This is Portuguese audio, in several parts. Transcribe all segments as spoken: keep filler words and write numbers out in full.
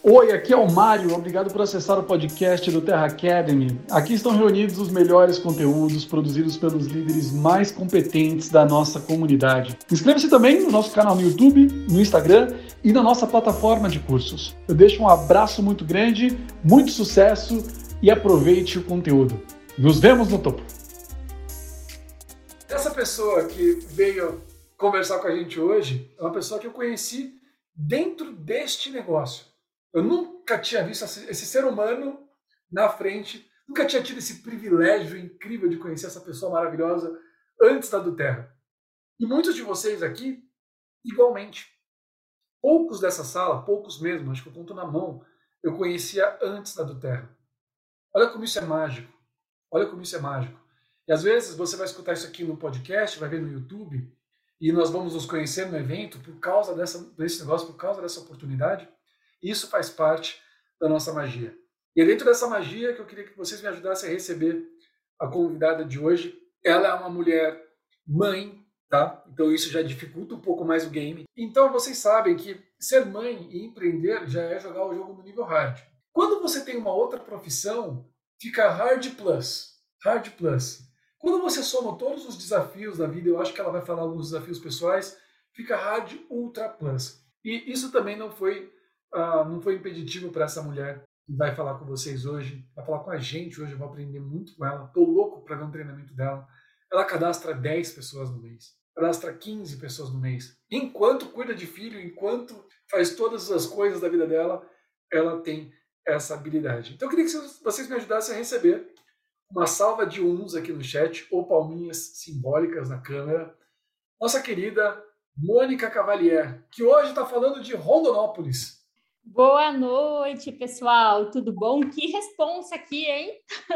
Oi, aqui é o Mário, obrigado por acessar o podcast do Terra Academy. Aqui estão reunidos os melhores conteúdos produzidos pelos líderes mais competentes da nossa comunidade. Inscreva-se também no nosso canal no YouTube, no Instagram e na nossa plataforma de cursos. Eu deixo um abraço muito grande, muito sucesso e aproveite o conteúdo. Nos vemos no topo. Essa pessoa que veio conversar com a gente hoje é uma pessoa que eu conheci dentro deste negócio. Eu nunca tinha visto esse ser humano na frente, nunca tinha tido esse privilégio incrível de conhecer essa pessoa maravilhosa antes da do Terra. E muitos de vocês aqui, igualmente. Poucos dessa sala, poucos mesmo, acho que eu conto na mão, eu conhecia antes da do Terra. Olha como isso é mágico. Olha como isso é mágico. E às vezes você vai escutar isso aqui no podcast, vai ver no YouTube, e nós vamos nos conhecer no evento por causa dessa, desse negócio, por causa dessa oportunidade. Isso faz parte da nossa magia. E é dentro dessa magia que eu queria que vocês me ajudassem a receber a convidada de hoje. Ela é uma mulher mãe, tá? Então isso já dificulta um pouco mais o game. Então vocês sabem que ser mãe e empreender já é jogar o jogo no nível hard. Quando você tem uma outra profissão, fica hard plus. Hard plus. Quando você soma todos os desafios da vida, eu acho que ela vai falar alguns desafios pessoais, fica hard ultra plus. E isso também não foi Uh, não foi impeditivo para essa mulher que vai falar com vocês hoje, vai falar com a gente hoje, eu vou aprender muito com ela, estou louco para ver um treinamento dela. Ela cadastra dez pessoas no mês, cadastra quinze pessoas no mês. Enquanto cuida de filho, enquanto faz todas as coisas da vida dela, ela tem essa habilidade. Então eu queria que vocês me ajudassem a receber uma salva de uns aqui no chat, ou palminhas simbólicas na câmera, nossa querida Mônica Cavalier, que hoje está falando de Rondonópolis. Boa noite, pessoal, tudo bom? Que responsa aqui, hein?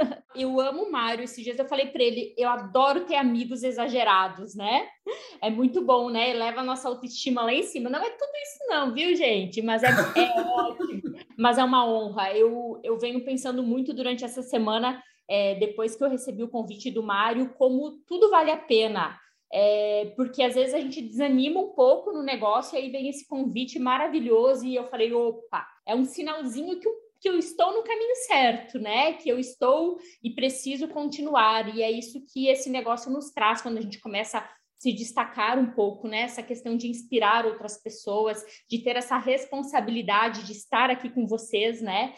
Eu amo o Mário, esses dias eu falei para ele, eu adoro ter amigos exagerados, né? É muito bom, né? Leva a nossa autoestima lá em cima. Não é tudo isso não, viu, gente? Mas é, é ótimo, mas é uma honra. Eu, eu venho pensando muito durante essa semana, é, depois que eu recebi o convite do Mário, como tudo vale a pena. É, porque às vezes a gente desanima um pouco no negócio e aí vem esse convite maravilhoso e eu falei, opa, é um sinalzinho que eu, que eu estou no caminho certo, né? Que eu estou e preciso continuar. E é isso que esse negócio nos traz quando a gente começa a se destacar um pouco, né? Essa questão de inspirar outras pessoas, de ter essa responsabilidade de estar aqui com vocês, né?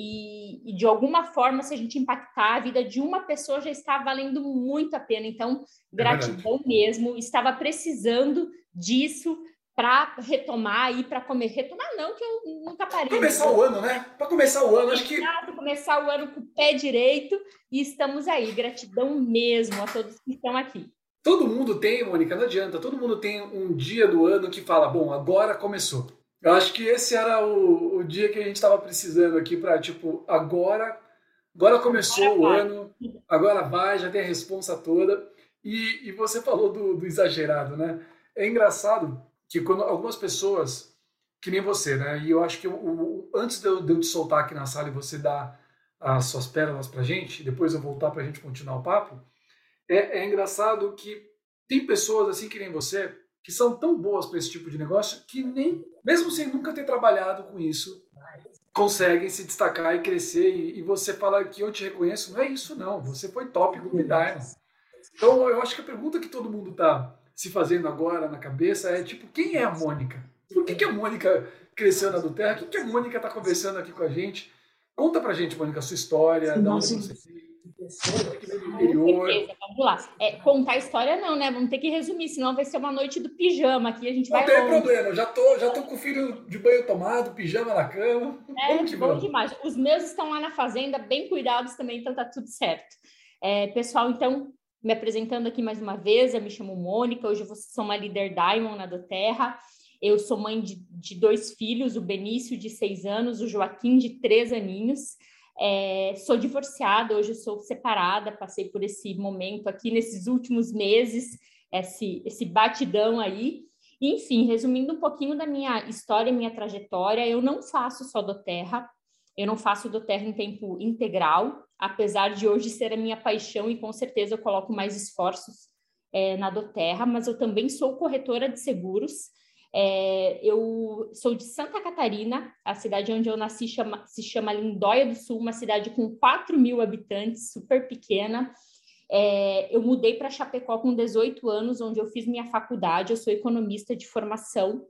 E, e, de alguma forma, se a gente impactar a vida de uma pessoa, já está valendo muito a pena. Então, gratidão é mesmo. Estava precisando disso para retomar e para comer. Retomar não, que eu nunca parei. Para começar o ano, né? Para começar o ano, acho que... Para começar o ano com o pé direito e estamos aí. Gratidão mesmo a todos que estão aqui. Todo mundo tem, Mônica, não adianta. Todo mundo tem um dia do ano que fala, bom, agora começou. Eu acho que esse era o, o dia que a gente estava precisando aqui para, tipo, agora, agora começou agora o vai. ano, agora vai, já tem a responsa toda. E, e você falou do, do exagerado, né? É engraçado que quando algumas pessoas, que nem você, né? E eu acho que o, o, antes de eu, de eu te soltar aqui na sala e você dar as suas pérolas pra gente, depois eu voltar pra gente continuar o papo, é, é engraçado que tem pessoas assim que nem você, que são tão boas para esse tipo de negócio que nem, mesmo sem nunca ter trabalhado com isso, conseguem se destacar e crescer. E, e você fala que eu te reconheço, não é isso não, você foi top com o Diamond. Então eu acho que a pergunta que todo mundo está se fazendo agora na cabeça é tipo, quem é a Mônica? Por que, que a Mônica cresceu na do Terra? Por que, que a Mônica está conversando aqui com a gente? Conta pra gente, Mônica, a sua história, da onde você veio. Com certeza, vamos lá. É, contar a história não, né? Vamos ter que resumir, senão vai ser uma noite do pijama aqui, a gente não vai tem longe. problema, já tô, já tô com o filho de banho tomado, pijama na cama. É, vamos que bom vamos. Demais. Os meus estão lá na fazenda, bem cuidados também, então tá tudo certo. É, pessoal, então, me apresentando aqui mais uma vez, eu me chamo Mônica, hoje eu sou uma líder Diamond na do Terra. Eu sou mãe de, de dois filhos, o Benício, de seis anos, o Joaquim, de três aninhos. É, sou divorciada, hoje eu sou separada, passei por esse momento aqui nesses últimos meses, esse, esse batidão aí. Enfim, resumindo um pouquinho da minha história, minha trajetória, eu não faço só do Terra, eu não faço do Terra em tempo integral, apesar de hoje ser a minha paixão e com certeza eu coloco mais esforços é, na do Terra, mas eu também sou corretora de seguros. É, eu sou de Santa Catarina, a cidade onde eu nasci chama, se chama Lindóia do Sul, uma cidade com quatro mil habitantes, super pequena. É, eu mudei para Chapecó com dezoito anos, onde eu fiz minha faculdade, eu sou economista de formação,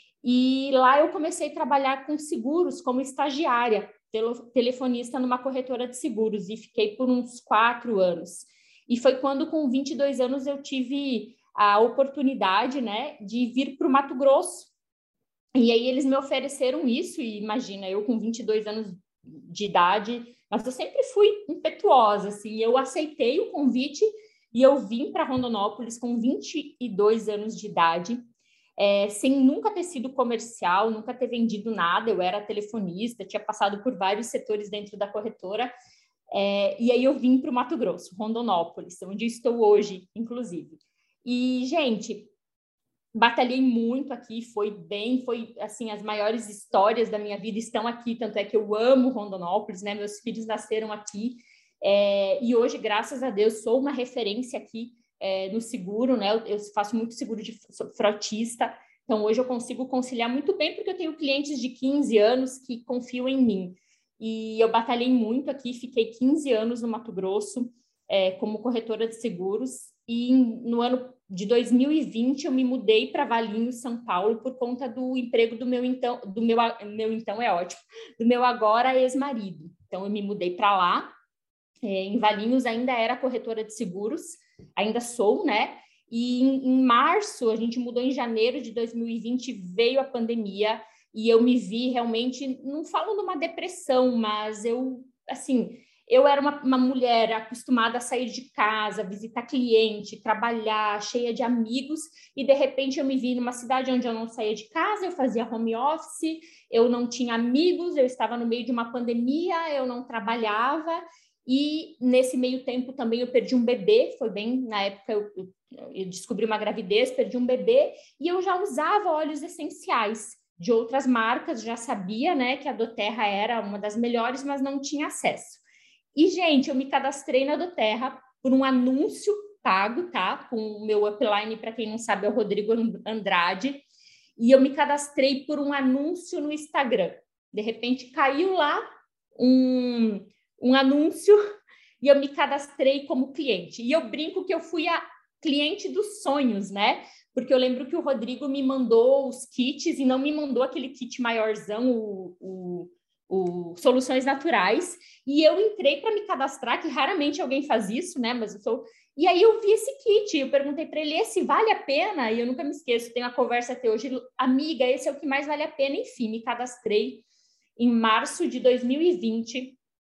e lá eu comecei a trabalhar com seguros como estagiária, telefonista numa corretora de seguros, e fiquei por uns quatro anos. E foi quando, com vinte e dois anos, eu tive a oportunidade, né, de vir para o Mato Grosso. E aí eles me ofereceram isso, e imagina, eu com vinte e dois anos de idade, mas eu sempre fui impetuosa, assim, eu aceitei o convite e eu vim para Rondonópolis com vinte e dois anos de idade, é, sem nunca ter sido comercial, nunca ter vendido nada, eu era telefonista, tinha passado por vários setores dentro da corretora, é, e aí eu vim para o Mato Grosso, Rondonópolis, onde estou hoje, inclusive. E, gente, batalhei muito aqui, foi bem, foi, assim, as maiores histórias da minha vida estão aqui, tanto é que eu amo Rondonópolis, né, meus filhos nasceram aqui, é, e hoje, graças a Deus, sou uma referência aqui é, no seguro, né, eu, eu faço muito seguro de frotista, então hoje eu consigo conciliar muito bem, porque eu tenho clientes de quinze anos que confiam em mim, e eu batalhei muito aqui, fiquei quinze anos no Mato Grosso, é, como corretora de seguros, e no ano de dois mil e vinte eu me mudei para Valinhos, São Paulo, por conta do emprego do meu então, do meu, meu então é ótimo, do meu agora ex-marido. Então eu me mudei para lá, é, em Valinhos ainda era corretora de seguros, ainda sou, né? E em, em março, a gente mudou em janeiro de dois mil e vinte, veio a pandemia, e eu me vi realmente, não falo numa depressão, mas eu, assim, eu era uma, uma mulher acostumada a sair de casa, visitar cliente, trabalhar, cheia de amigos, e de repente eu me vi numa cidade onde eu não saía de casa, eu fazia home office, eu não tinha amigos, eu estava no meio de uma pandemia, eu não trabalhava, e nesse meio tempo também eu perdi um bebê, foi bem na época eu, eu, eu descobri uma gravidez, perdi um bebê, e eu já usava óleos essenciais de outras marcas, já sabia, né, que a doTERRA era uma das melhores, mas não tinha acesso. E, gente, eu me cadastrei na doTERRA por um anúncio pago, tá? Com o meu upline, para quem não sabe, é o Rodrigo Andrade. E eu me cadastrei por um anúncio no Instagram. De repente, caiu lá um, um anúncio e eu me cadastrei como cliente. E eu brinco que eu fui a cliente dos sonhos, né? Porque eu lembro que o Rodrigo me mandou os kits e não me mandou aquele kit maiorzão, o... o O Soluções Naturais, e eu entrei para me cadastrar, que raramente alguém faz isso, né? Mas eu sou... E aí eu vi esse kit, eu perguntei para ele, esse vale a pena? E eu nunca me esqueço, tenho a conversa até hoje, amiga, esse é o que mais vale a pena. Enfim, me cadastrei em março de dois mil e vinte.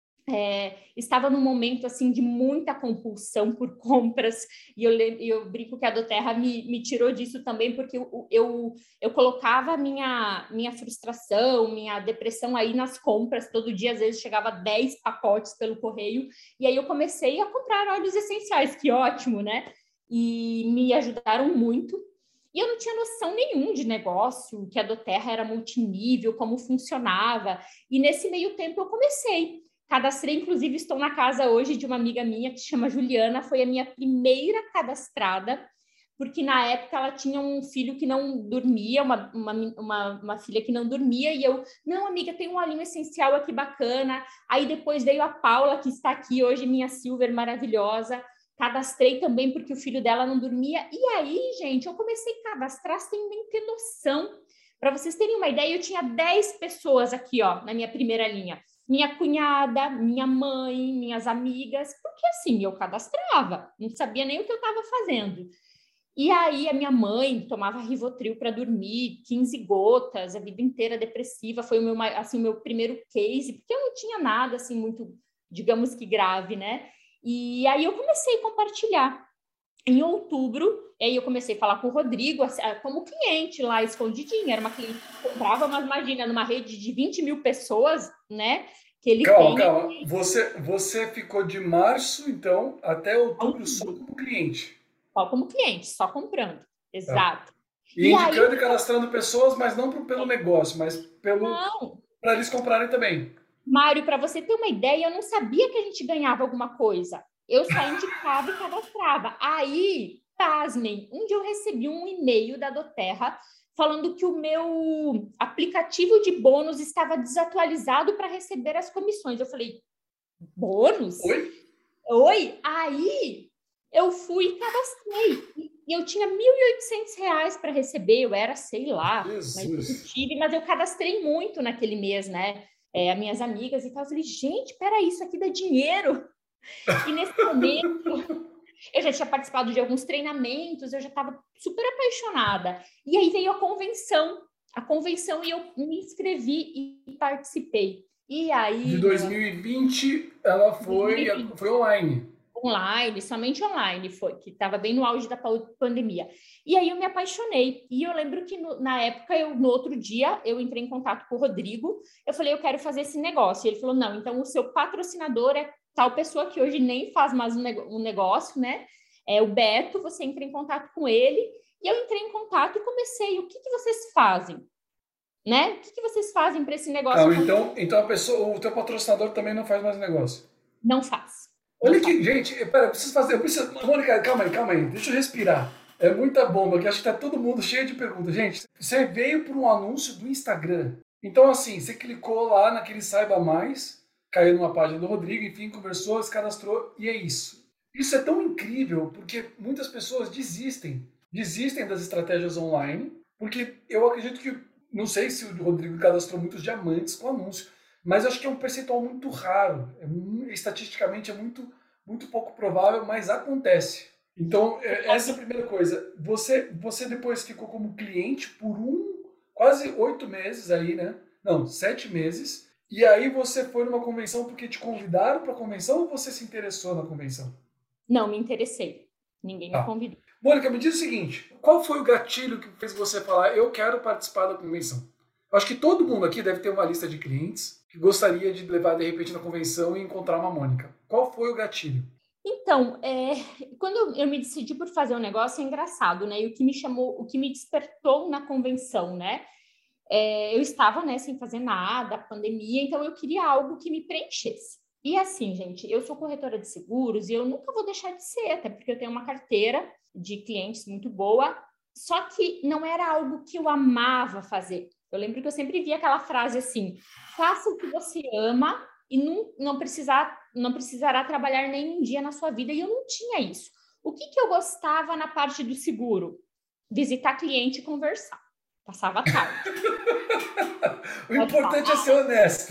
É, estava num momento assim de muita compulsão por compras, e eu, eu brinco que a doTERRA me, me tirou disso também, porque eu, eu, eu colocava minha, minha frustração, minha depressão aí nas compras, todo dia às vezes chegava dez pacotes pelo correio, e aí eu comecei a comprar óleos essenciais, que ótimo, né? E me ajudaram muito. E eu não tinha noção nenhum de negócio, que a doTERRA era multinível, como funcionava, e nesse meio tempo eu comecei. Cadastrei, inclusive, estou na casa hoje de uma amiga minha que se chama Juliana, foi a minha primeira cadastrada, porque na época ela tinha um filho que não dormia, uma, uma, uma, uma filha que não dormia, e eu, não, amiga, tem um olhinho essencial aqui bacana. Aí depois veio a Paula, que está aqui hoje, minha Silver maravilhosa, cadastrei também porque o filho dela não dormia. E aí, gente, eu comecei a cadastrar sem nem ter noção. Para vocês terem uma ideia, eu tinha dez pessoas aqui, ó, na minha primeira linha. Minha cunhada, minha mãe, minhas amigas, porque assim, eu cadastrava, não sabia nem o que eu estava fazendo. E aí a minha mãe tomava Rivotril para dormir, quinze gotas, a vida inteira depressiva, foi o meu, assim, o meu primeiro case, porque eu não tinha nada assim muito, digamos que grave, né? E aí eu comecei a compartilhar. Em outubro, aí eu comecei a falar com o Rodrigo, como cliente lá, escondidinho, era uma cliente que comprava, mas imagina, numa rede de vinte mil pessoas, né, que ele calma, tem... Calma, você, você ficou de março, então, até outubro, outubro. Só como cliente? Só como cliente, só comprando, exato. Tá. E, e indicando aí, e cadastrando pessoas, mas não pelo negócio, mas pelo para eles comprarem também. Mário, para você ter uma ideia, eu não sabia que a gente ganhava alguma coisa. Eu só indicava e cadastrava. Aí, pasmem, um dia eu recebi um e-mail da doTERRA falando que o meu aplicativo de bônus estava desatualizado para receber as comissões. Eu falei, bônus? Oi? Oi? Aí eu fui e cadastrei. E eu tinha mil e oitocentos reais para receber, eu era, sei lá, mas tive, mas eu cadastrei muito naquele mês, né? É, as minhas amigas e tal. Eu falei, gente, peraí, isso aqui dá dinheiro. E nesse momento, eu já tinha participado de alguns treinamentos, eu já estava super apaixonada. E aí veio a convenção, a convenção e eu me inscrevi e participei. E aí... De dois mil e vinte, ela foi, dois mil e vinte. Foi online. Online, somente online foi, que estava bem no auge da pandemia. E aí eu me apaixonei. E eu lembro que no, na época, eu, no outro dia, eu entrei em contato com o Rodrigo, eu falei, eu quero fazer esse negócio. E ele falou, não, então o seu patrocinador é tal pessoa que hoje nem faz mais um negócio, né? É o Beto, você entra em contato com ele. E eu entrei em contato e comecei, o que, que vocês fazem? Né? O que, que vocês fazem para esse negócio? Calma, então, então a pessoa, o teu patrocinador também não faz mais negócio? Não faz. Olha que, gente, pera, eu preciso fazer, eu preciso, Mônica, calma aí, calma aí, deixa eu respirar. É muita bomba, que acho que tá todo mundo cheio de perguntas. Gente, você veio por um anúncio do Instagram. Então, assim, você clicou lá naquele Saiba Mais, caiu numa página do Rodrigo, enfim, conversou, se cadastrou, e é isso. Isso é tão incrível, porque muitas pessoas desistem, desistem das estratégias online, porque eu acredito que, não sei se o Rodrigo cadastrou muitos diamantes com anúncio, mas acho que é um percentual muito raro. É, estatisticamente é muito, muito pouco provável, mas acontece. Então, essa é a primeira coisa. Você, você depois ficou como cliente por um, quase oito meses aí, né? Não, sete meses. E aí você foi numa convenção porque te convidaram para a convenção ou você se interessou na convenção? Não, me interessei. Ninguém me ah. convidou. Mônica, me diz o seguinte. Qual foi o gatilho que fez você falar, eu quero participar da convenção? Eu acho que todo mundo aqui deve ter uma lista de clientes que gostaria de levar, de repente, na convenção e encontrar uma Mônica. Qual foi o gatilho? Então, é, quando eu me decidi por fazer um negócio, é engraçado, né? E o que me chamou, o que me despertou na convenção, né? É, eu estava, né, sem fazer nada, pandemia, então eu queria algo que me preenchesse. E assim, gente, eu sou corretora de seguros e eu nunca vou deixar de ser, até porque eu tenho uma carteira de clientes muito boa, só que não era algo que eu amava fazer. Eu lembro que eu sempre via aquela frase assim, faça o que você ama e não, não, precisar, não precisará trabalhar nem um dia na sua vida, e eu não tinha isso. O que, que eu gostava na parte do seguro? Visitar cliente e conversar. Passava tarde. O importante é ser honesto.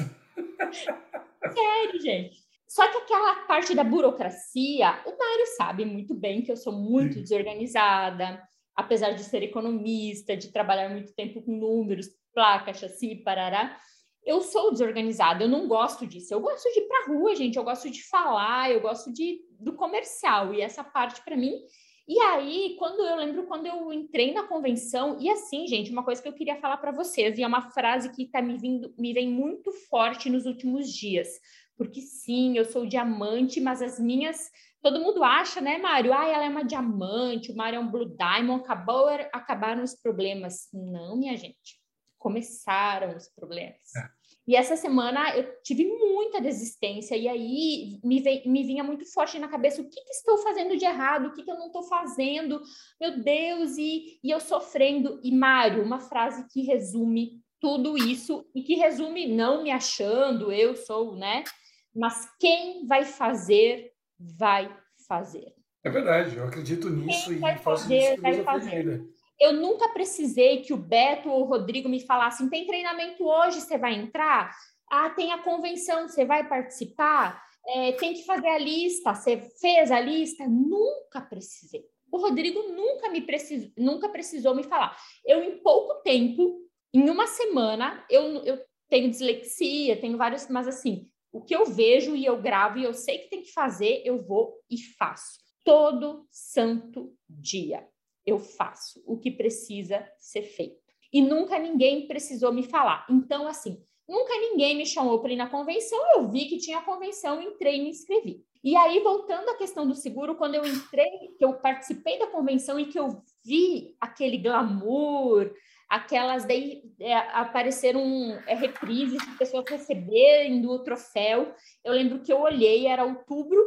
Sério, gente. Só que aquela parte da burocracia, o Mário sabe muito bem que eu sou muito Sim. desorganizada, apesar de ser economista, de trabalhar muito tempo com números, placa, chassi, parará. Eu sou desorganizada, eu não gosto disso. Eu gosto de ir para a rua, gente, eu gosto de falar, eu gosto de, do comercial, e essa parte para mim... E aí, quando eu lembro, quando eu entrei na convenção, e assim, gente, uma coisa que eu queria falar para vocês, e é uma frase que tá me, vindo, me vem muito forte nos últimos dias, porque sim, eu sou diamante, mas as minhas... Todo mundo acha, né, Mário? Ah, ela é uma diamante, o Mário é um Blue Diamond, acabou, acabaram os problemas. Não, minha gente, começaram os problemas. É. E essa semana eu tive muita desistência, e aí me, vem, me vinha muito forte na cabeça, o que, que estou fazendo de errado, o que, que eu não estou fazendo, meu Deus, e, e eu sofrendo. E Mário, uma frase que resume tudo isso, e que resume não me achando, eu sou, né? Mas quem vai fazer, vai fazer. É verdade, eu acredito nisso quem e vai faço fazer, isso vai fazer. Eu nunca precisei que o Beto ou o Rodrigo me falassem, tem treinamento hoje, você vai entrar? Ah, tem a convenção, você vai participar? É, tem que fazer a lista, você fez a lista? Nunca precisei. O Rodrigo nunca, me precis... nunca precisou me falar. Eu, em pouco tempo, em uma semana, eu, eu tenho dislexia, tenho vários... Mas, assim, o que eu vejo e eu gravo e eu sei que tem que fazer, eu vou e faço. Todo santo dia. Eu faço o que precisa ser feito. E nunca ninguém precisou me falar. Então, assim, nunca ninguém me chamou para ir na convenção, eu vi que tinha convenção, entrei e me inscrevi. E aí, voltando à questão do seguro, quando eu entrei, que eu participei da convenção e que eu vi aquele glamour, aquelas, daí é, apareceram é, reprises de pessoas recebendo o troféu, eu lembro que eu olhei, era outubro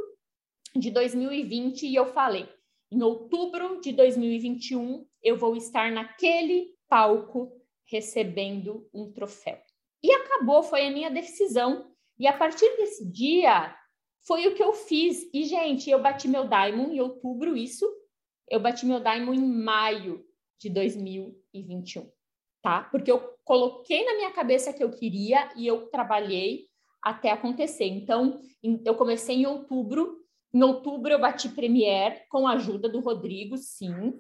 de dois mil e vinte, e eu falei, em outubro de dois mil e vinte e um, eu vou estar naquele palco recebendo um troféu. E acabou, foi a minha decisão. E a partir desse dia, foi o que eu fiz. E, gente, eu bati meu Diamond em outubro, isso. Eu bati meu Diamond em maio de dois mil e vinte e um, tá? Porque eu coloquei na minha cabeça que eu queria e eu trabalhei até acontecer. Então, eu comecei em outubro. Em outubro, eu bati Premier com a ajuda do Rodrigo, sim.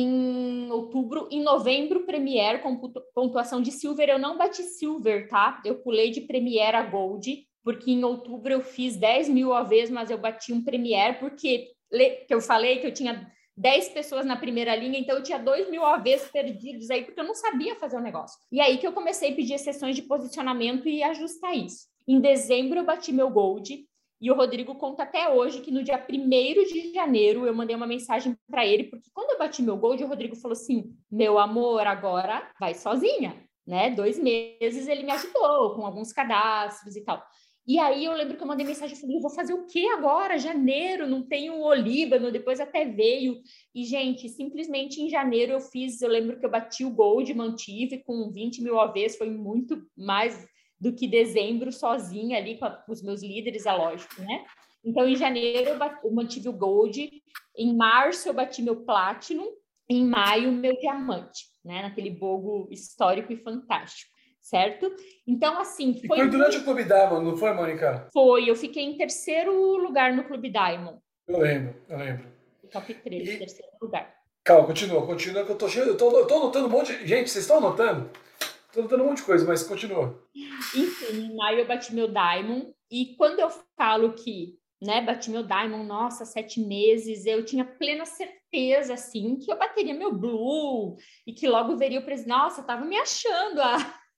Em outubro, em novembro, Premier com pontuação de Silver. Eu não bati Silver, tá? Eu pulei de Premier a Gold, porque em outubro eu fiz dez mil A Vs, mas eu bati um Premier, porque que eu falei que eu tinha dez pessoas na primeira linha, então eu tinha dois mil A Vs perdidos aí, porque eu não sabia fazer o negócio. E aí que eu comecei a pedir sessões de posicionamento e ajustar isso. Em dezembro, eu bati meu Gold. E o Rodrigo conta até hoje que no dia primeiro de janeiro eu mandei uma mensagem para ele, porque quando eu bati meu Gold, o Rodrigo falou assim, meu amor, agora vai sozinha, né? Dois meses ele me ajudou com alguns cadastros e tal. E aí eu lembro que eu mandei mensagem e falei, eu vou fazer o quê agora? Janeiro, não tenho o Líbano, depois até veio. E, gente, simplesmente em janeiro eu fiz, eu lembro que eu bati o Gold, mantive com vinte mil A Vs, foi muito mais do que dezembro sozinha ali com, a, com os meus líderes, é lógico, né? Então, em janeiro eu, bati, eu mantive o Gold, em março eu bati meu Platinum, em maio meu Diamante, né? Naquele bogo histórico e fantástico, certo? Então, assim... Foi, e foi durante muito... o Clube Diamond, não foi, Mônica? Foi, eu fiquei em terceiro lugar no Clube Diamond. Eu lembro, eu lembro. Top três, e... terceiro lugar. Calma, continua, continua, que eu tô cheio, eu tô, eu tô anotando um monte de... Gente, vocês estão anotando? Tô anotando um monte de coisa, mas continua. Enfim, em maio eu bati meu Diamond, e quando eu falo que, né, bati meu Diamond, nossa, sete meses, eu tinha plena certeza, assim, que eu bateria meu Blue, e que logo veria o presidente, nossa, tava me achando a,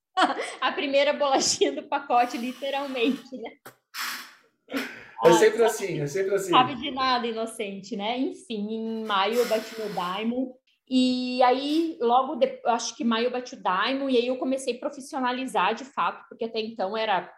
a primeira bolachinha do pacote, literalmente, né? É sempre ah, assim, é sempre assim. Sabe de nada, inocente, né? Enfim, em maio eu bati meu Diamond, e aí, logo, de, acho que em maio eu bati o Diamond, e aí eu comecei a profissionalizar de fato, porque até então era...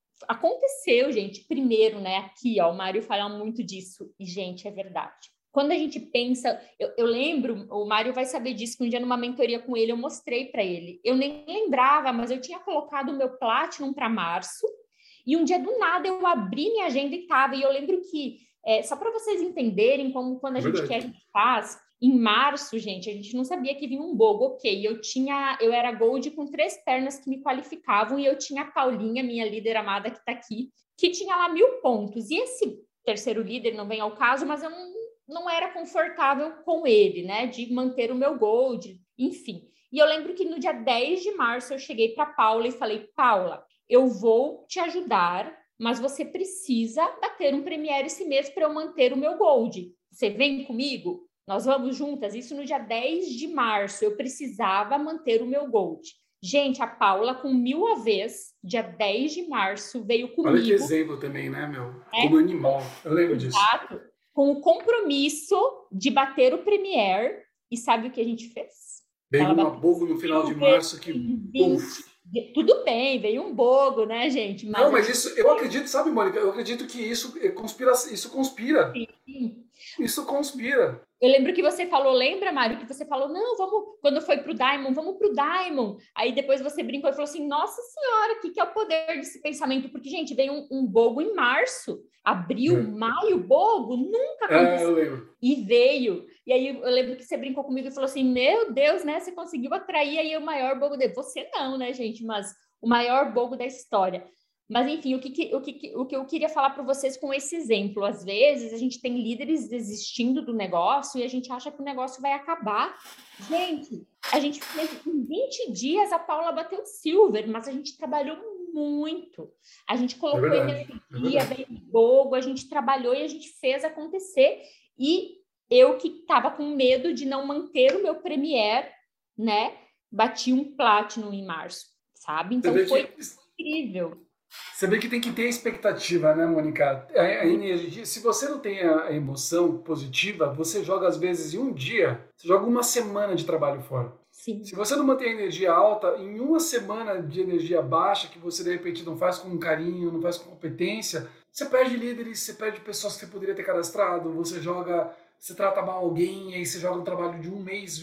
Aconteceu, gente, primeiro, né, aqui, ó, o Mário fala muito disso, e, gente, é verdade. Quando a gente pensa, eu, eu lembro, o Mário vai saber disso, que um dia numa mentoria com ele, eu mostrei para ele, eu nem lembrava, mas eu tinha colocado o meu Platinum para março, e um dia do nada eu abri minha agenda e tava, e eu lembro que, é, só para vocês entenderem como quando a gente quer, a gente faz... Em março, gente, a gente não sabia que vinha um bogo, ok, eu tinha, eu era Gold com três pernas que me qualificavam e eu tinha a Paulinha, minha líder amada que tá aqui, que tinha lá mil pontos, e esse terceiro líder, não vem ao caso, mas eu não, não era confortável com ele, né, de manter o meu Gold, enfim. E eu lembro que no dia dez de março eu cheguei para Paula e falei, Paula, eu vou te ajudar, mas você precisa bater um Premier esse mês para eu manter o meu Gold. Você vem comigo? Nós vamos juntas, isso no dia dez de março, eu precisava manter o meu Gold. Gente, a Paula, com mil A Vs, dia dez de março, veio comigo. Olha que exemplo também, né, meu? É? Como animal, eu lembro disso. Exato. Com o compromisso de bater o Premier, e sabe o que a gente fez? Veio uma bogo no final de março que... Uf. Tudo bem, veio um bogo, né, gente? Mas não, mas gente... isso, eu acredito, sabe, Mônica, eu acredito que isso conspira, isso conspira. Sim. Isso conspira. Eu lembro que você falou, lembra, Mário, que você falou, não, vamos, quando foi pro Diamond, vamos pro Diamond. Aí depois você brincou e falou assim, nossa senhora, o que, que é o poder desse pensamento? Porque, gente, veio um, um bogo em março, abril, é. maio, bogo, nunca aconteceu. É, eu lembro. E veio. E aí eu lembro que você brincou comigo e falou assim, meu Deus, né, você conseguiu atrair aí o maior bogo dele. Você não, né, gente, mas o maior bogo da história. Mas, enfim, o que, o que, o que eu queria falar para vocês com esse exemplo, às vezes a gente tem líderes desistindo do negócio e a gente acha que o negócio vai acabar. Gente, a gente fez em vinte dias, a Paula bateu silver, mas a gente trabalhou muito. A gente colocou é verdade, energia, é veio bogo, a gente trabalhou e a gente fez acontecer. E eu que estava com medo de não manter o meu Premier, né, bati um Platinum em março, sabe? Então foi que... incrível. Você vê que tem que ter expectativa, né, Mônica? A, a energia, se você não tem a emoção positiva, você joga às vezes em um dia, você joga uma semana de trabalho fora. Sim. Se você não mantém a energia alta, em uma semana de energia baixa, que você de repente não faz com carinho, não faz com competência, você perde líderes, você perde pessoas que você poderia ter cadastrado, você joga, você trata mal alguém, aí você joga um trabalho de um mês, de um,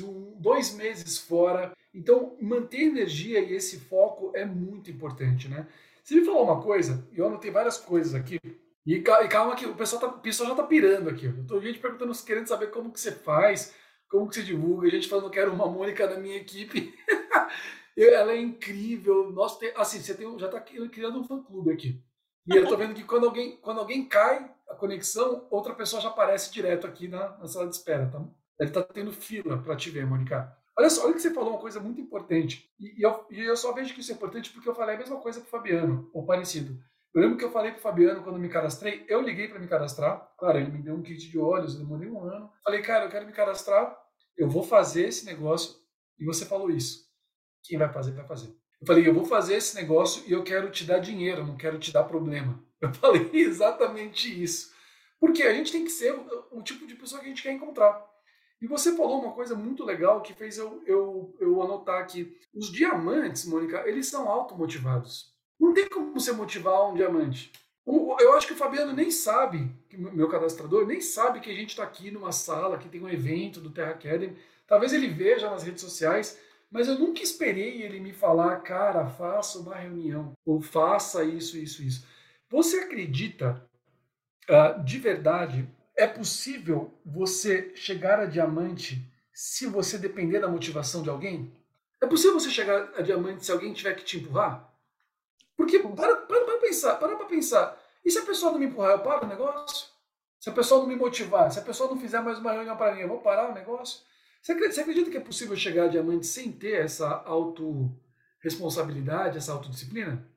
dois meses fora. Então, manter energia e esse foco é muito importante, né? Você me falou uma coisa, e eu anotei várias coisas aqui, e calma que o pessoal, tá, o pessoal já tá pirando aqui. Eu tô gente perguntando, querendo saber como que você faz, como que você divulga, a gente falando que quero uma Mônica na minha equipe. Ela é incrível. Nossa, tem, assim, você tem, já tá criando um fã-clube aqui. E eu tô vendo que quando alguém, quando alguém cai a conexão, outra pessoa já aparece direto aqui na, na sala de espera, tá? Deve estar tendo fila para te ver, Mônica. Olha só, olha que você falou uma coisa muito importante. E, e, eu, e eu só vejo que isso é importante porque eu falei a mesma coisa pro Fabiano, ou parecido. Eu lembro que eu falei pro Fabiano quando me cadastrei, eu liguei para me cadastrar. Claro, ele me deu um kit de olhos, eu demorei um ano. Falei, cara, eu quero me cadastrar, eu vou fazer esse negócio. E você falou isso. Quem vai fazer, vai fazer. Eu falei, eu vou fazer esse negócio e eu quero te dar dinheiro, eu não quero te dar problema. Eu falei exatamente isso. Porque a gente tem que ser o, o tipo de pessoa que a gente quer encontrar. E você falou uma coisa muito legal que fez eu, eu, eu anotar aqui. Os diamantes, Mônica, eles são automotivados. Não tem como você motivar um diamante. Eu acho que o Fabiano nem sabe, meu cadastrador, nem sabe que a gente está aqui numa sala, que tem um evento do Terra Academy. Talvez ele veja nas redes sociais, mas eu nunca esperei ele me falar, cara, faça uma reunião, ou faça isso, isso, isso. Você acredita, uh, de verdade, é possível você chegar a diamante se você depender da motivação de alguém? É possível você chegar a diamante se alguém tiver que te empurrar? Porque, para para pensar, para para pensar, e se a pessoa não me empurrar, eu paro o negócio? Se a pessoa não me motivar, se a pessoa não fizer mais uma reunião para mim, eu vou parar o negócio? Você acredita que é possível chegar a diamante sem ter essa autorresponsabilidade, essa autodisciplina?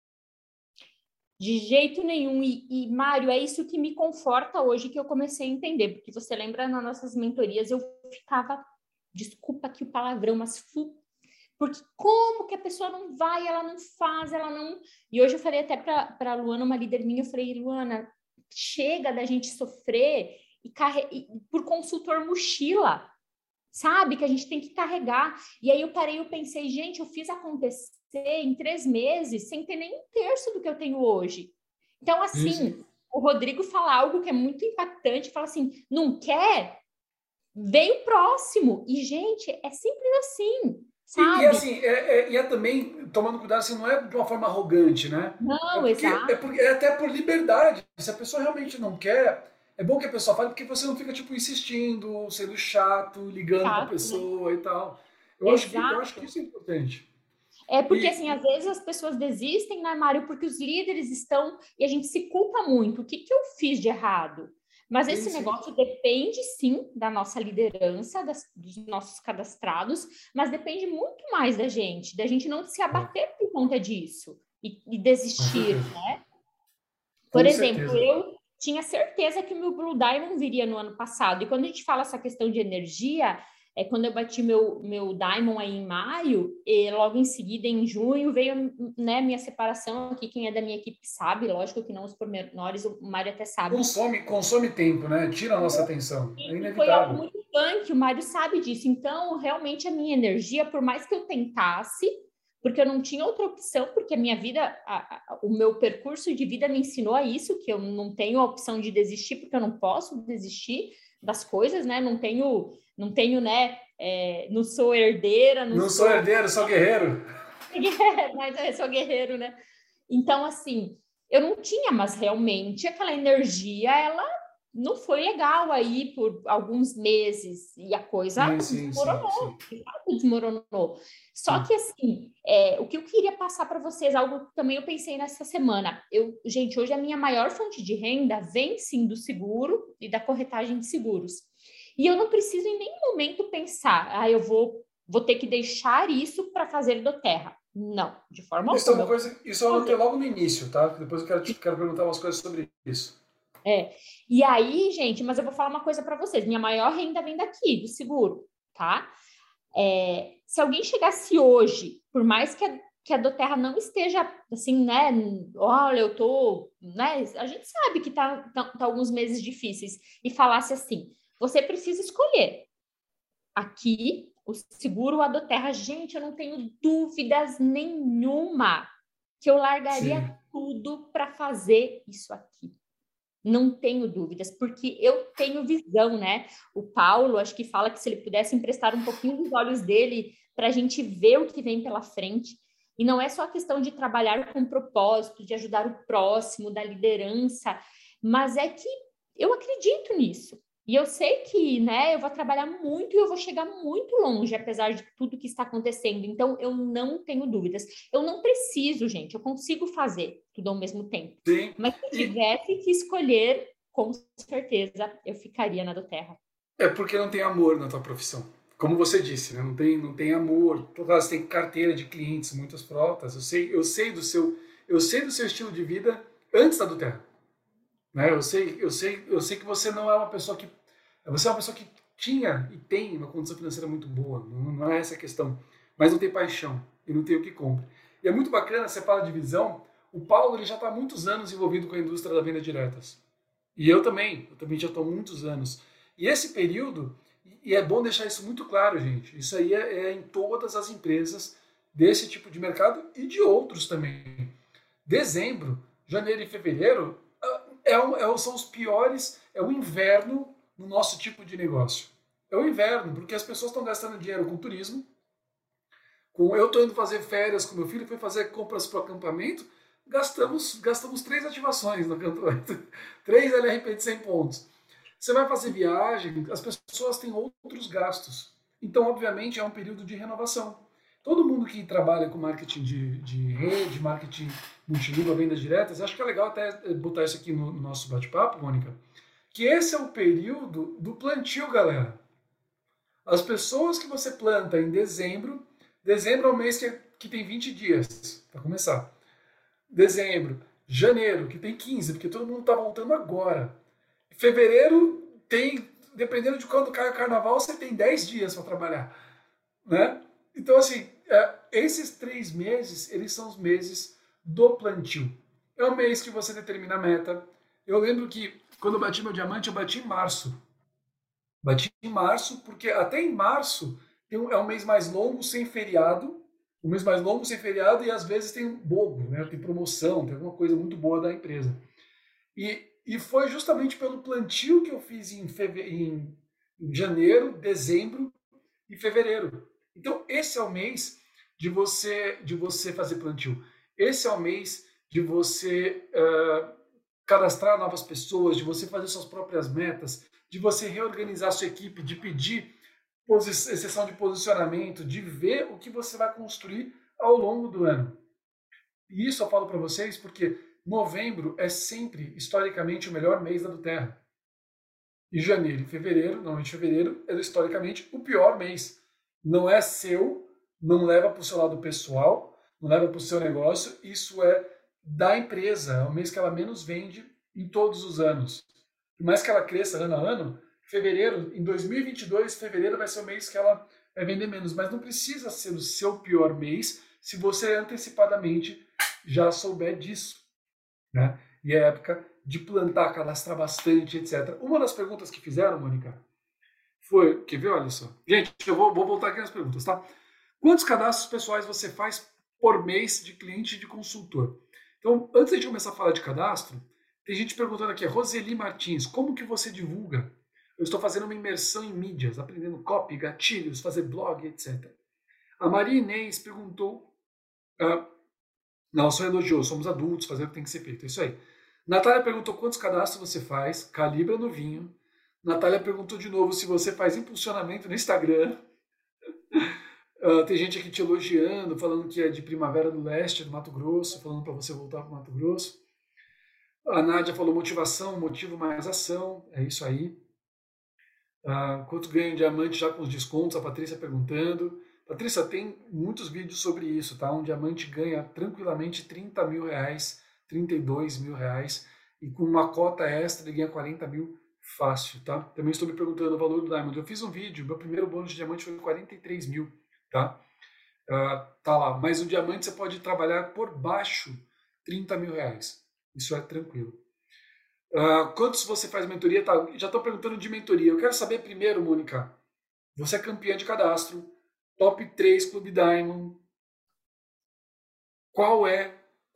De jeito nenhum. E, e, Mário, é isso que me conforta hoje que eu comecei a entender. Porque você lembra, nas nossas mentorias, eu ficava, desculpa aqui o palavrão, mas fu... porque como que a pessoa não vai, ela não faz, ela não... E hoje eu falei até para a Luana, uma líder minha, eu falei, Luana, chega da gente sofrer e carre... e, por consultor mochila. Sabe? Que a gente tem que carregar. E aí eu parei e eu pensei, gente, eu fiz acontecer em três meses sem ter nem um terço do que eu tenho hoje. Então, assim, sim, o Rodrigo fala algo que é muito impactante, fala assim, não quer? Vem o próximo. E, gente, é simples assim, sabe? E, e assim, é, é, e é também, tomando cuidado, assim, não é de uma forma arrogante, né? Não, é porque, exato. É, porque, é até por liberdade. Se a pessoa realmente não quer... É bom que a pessoa fale, porque você não fica, tipo, insistindo, sendo chato, ligando chato, pra pessoa, né? E tal. Eu acho, que, eu acho que isso é importante. É porque, e... assim, às vezes as pessoas desistem, né, Mário? Porque os líderes estão... E a gente se culpa muito. O que, que eu fiz de errado? Mas sim, esse sim. negócio depende, sim, da nossa liderança, das, dos nossos cadastrados, mas depende muito mais da gente, da gente não se abater por conta disso e, e desistir, né? Por Com exemplo, certeza. eu... tinha certeza que o meu Blue Diamond viria no ano passado. E quando a gente fala essa questão de energia, é quando eu bati meu, meu Diamond aí em maio, e logo em seguida, em junho, veio, né, minha separação aqui. Quem é da minha equipe sabe, lógico que não os pormenores, o Mário até sabe. Consome, consome tempo, né? Tira a nossa atenção. É inevitável. Foi algo muito punk, o Mário sabe disso. Então, realmente, a minha energia, por mais que eu tentasse, porque eu não tinha outra opção, porque a minha vida, a, a, o meu percurso de vida me ensinou a isso, que eu não tenho a opção de desistir, porque eu não posso desistir das coisas, né? Não tenho, não tenho, né? É, não sou herdeira. Não, não sou... sou herdeiro, sou guerreiro. Mas eu sou guerreiro, né? Então, assim, eu não tinha, mas realmente aquela energia, ela não foi legal aí por alguns meses e a coisa sim, desmoronou, sim, sim, sim. desmoronou. Só sim. que assim, é, o que eu queria passar para vocês, algo que também eu pensei nessa semana, eu, gente, hoje a minha maior fonte de renda vem sim do seguro e da corretagem de seguros. E eu não preciso em nenhum momento pensar, ah, eu vou, vou ter que deixar isso para fazer do terra. Não, de forma isso alguma. É uma coisa, isso eu anotei logo no início, tá? Depois eu quero, te, quero perguntar umas coisas sobre isso. É, e aí, gente, mas eu vou falar uma coisa para vocês, minha maior renda vem daqui, do seguro, tá? É, se alguém chegasse hoje, por mais que a, que a Doterra não esteja, assim, né, olha, eu tô, né, a gente sabe que tá, tá, tá alguns meses difíceis, e falasse assim, você precisa escolher, aqui, o seguro ou a Doterra, gente, eu não tenho dúvidas nenhuma que eu largaria Sim. tudo para fazer isso aqui. Não tenho dúvidas, porque eu tenho visão, né? O Paulo, acho que fala que se ele pudesse emprestar um pouquinho dos olhos dele para a gente ver o que vem pela frente. E não é só a questão de trabalhar com propósito, de ajudar o próximo, da liderança, mas é que eu acredito nisso. E eu sei que, né, eu vou trabalhar muito e eu vou chegar muito longe, apesar de tudo que está acontecendo. Então, eu não tenho dúvidas. Eu não preciso, gente, eu consigo fazer tudo ao mesmo tempo. Sim. Mas se eu E tivesse que escolher, com certeza, eu ficaria na do Terra. é porque não tem amor na tua profissão. Como você disse, né? não, tem, não tem amor. Claro, você tem carteira de clientes, muitas frotas. Eu sei, eu sei do seu, eu sei do seu estilo de vida antes da do Terra. Né? Eu sei, eu sei, eu sei que você não é uma pessoa que você é uma pessoa que tinha e tem uma condição financeira muito boa. Não, não é essa a questão. Mas não tem paixão e não tem o que compra. E é muito bacana, você fala de visão. O Paulo ele já está há muitos anos envolvido com a indústria da venda diretas. E eu também. Eu também já estou há muitos anos. E esse período, e é bom deixar isso muito claro, gente. Isso aí é, é em todas as empresas desse tipo de mercado e de outros também. Dezembro, janeiro e fevereiro é, é, são os piores, é o inverno no nosso tipo de negócio. É o inverno, porque as pessoas estão gastando dinheiro com turismo. Com, eu estou indo fazer férias com meu filho, fui fazer compras para o acampamento, gastamos, gastamos três ativações no acampamento, três L R P de cem pontos. Você vai fazer viagem, as pessoas têm outros gastos. Então, obviamente, é um período de renovação. Todo mundo que trabalha com marketing de, de rede, marketing multilíngua, vendas diretas, acho que é legal até botar isso aqui no, no nosso bate-papo, Mônica, que esse é o período do plantio, galera. As pessoas que você planta em dezembro, dezembro é o mês que, que tem vinte dias, para começar. Dezembro, janeiro, que tem quinze, porque todo mundo está voltando agora. Fevereiro tem, dependendo de quando cai o carnaval, você tem dez dias para trabalhar. Né? Então, assim, é, esses três meses, eles são os meses do plantio. É o mês que você determina a meta. Eu lembro que quando eu bati meu diamante, eu bati em março. Bati em março, porque até em março tem um, é um mês mais longo, sem feriado. Um mês mais longo, sem feriado, e às vezes tem um bobo, né? Tem promoção, tem alguma coisa muito boa da empresa. E, e foi justamente pelo plantio que eu fiz em, feve... em janeiro, dezembro e fevereiro. Então, esse é o mês de você, de você fazer plantio. Esse é o mês de você uh, cadastrar novas pessoas, de você fazer suas próprias metas, de você reorganizar sua equipe, de pedir exceção de posicionamento, de ver o que você vai construir ao longo do ano. E isso eu falo para vocês porque novembro é sempre, historicamente, o melhor mês da do Terra. E janeiro e fevereiro, normalmente fevereiro, é historicamente o pior mês. Não é seu, não leva para o seu lado pessoal, não leva para o seu negócio, isso é da empresa, é o mês que ela menos vende em todos os anos. Por mais que ela cresça ano a ano, fevereiro, em dois mil e vinte e dois, fevereiro vai ser o mês que ela vai vender menos, mas não precisa ser o seu pior mês se você antecipadamente já souber disso. Né? E é época de plantar, cadastrar bastante, etcétera. Uma das perguntas que fizeram, Mônica, foi, quer ver, olha só. Gente, eu vou, vou voltar aqui nas perguntas, tá? Quantos cadastros pessoais você faz por mês de cliente e de consultor? Então, antes de começar a falar de cadastro, tem gente perguntando aqui, Roseli Martins, como que você divulga? Eu estou fazendo uma imersão em mídias, aprendendo copy, gatilhos, fazer blog, etcétera. A Maria Inês perguntou, uh, não, só elogiou, somos adultos, fazer o que tem que ser feito, é isso aí. Natália perguntou quantos cadastros você faz, calibra no vinho. Natália perguntou de novo se você faz impulsionamento no Instagram. Uh, tem gente aqui te elogiando, falando que é de Primavera do Leste, do Mato Grosso, falando para você voltar para o Mato Grosso. A Nádia falou motivação, motivo mais ação, é isso aí. Uh, quanto ganha um diamante já com os descontos? A Patrícia perguntando. Patrícia, tem muitos vídeos sobre isso, tá? Um diamante ganha tranquilamente trinta mil reais, trinta e dois mil reais, e com uma cota extra ele ganha quarenta mil fácil, tá? Também estou me perguntando o valor do Diamond. Eu fiz um vídeo, meu primeiro bônus de diamante foi quarenta e três mil, tá? Uh, tá lá, mas o diamante você pode trabalhar por baixo trinta mil reais. Isso é tranquilo. Uh, quantos você faz mentoria? Tá, já estou perguntando de mentoria. Eu quero saber primeiro, Mônica, você é campeã de cadastro, top três Clube Diamond. Qual é,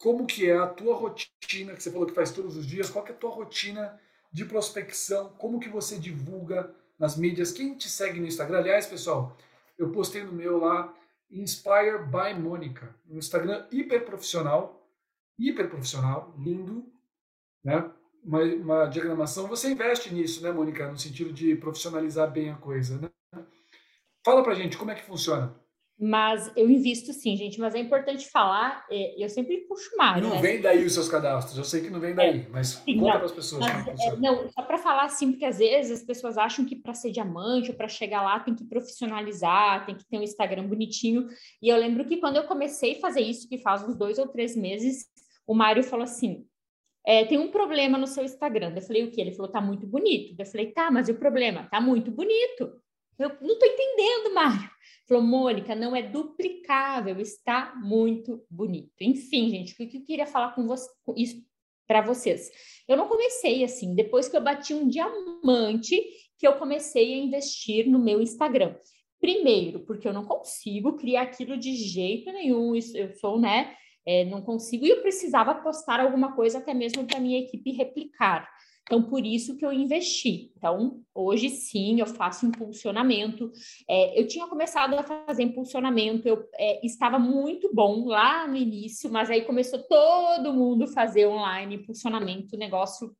como que é a tua rotina, que você falou que faz todos os dias, qual que é a tua rotina de prospecção, como que você divulga nas mídias, quem te segue no Instagram? Aliás, pessoal, eu postei no meu lá, Inspire by Mônica, um Instagram hiper profissional, hiper profissional, lindo, né? Uma, uma diagramação. Você investe nisso, né, Mônica, no sentido de profissionalizar bem a coisa, né? Fala pra gente como é que funciona. Mas eu invisto sim, gente, mas é importante falar, é, eu sempre puxo o Mário, Não né? vem daí os seus cadastros, eu sei que não vem daí, É, mas sim, conta não. para as pessoas Mas, como é que é, funciona. não, só para falar assim, porque às vezes as pessoas acham que para ser diamante ou para chegar lá tem que profissionalizar, tem que ter um Instagram bonitinho. E eu lembro que quando eu comecei a fazer isso, que faz uns dois ou três meses, o Mário falou assim: é, tem um problema no seu Instagram. Eu falei, o quê? Ele falou, tá muito bonito. Eu falei, tá, mas e o problema? Tá muito bonito. Eu não tô entendendo, Mário. Ele falou, Mônica, não é duplicável, está muito bonito. Enfim, gente, o que eu queria falar com você, isso para vocês? Eu não comecei assim, depois que eu bati um diamante, que eu comecei a investir no meu Instagram. Primeiro, porque eu não consigo criar aquilo de jeito nenhum. Eu sou, né? É, não consigo, e eu precisava postar alguma coisa até mesmo para minha equipe replicar. Então, por isso que eu investi. Então, hoje sim, eu faço impulsionamento. É, eu tinha começado a fazer impulsionamento, eu é, estava muito bom lá no início, mas aí começou todo mundo fazer online impulsionamento, o negócio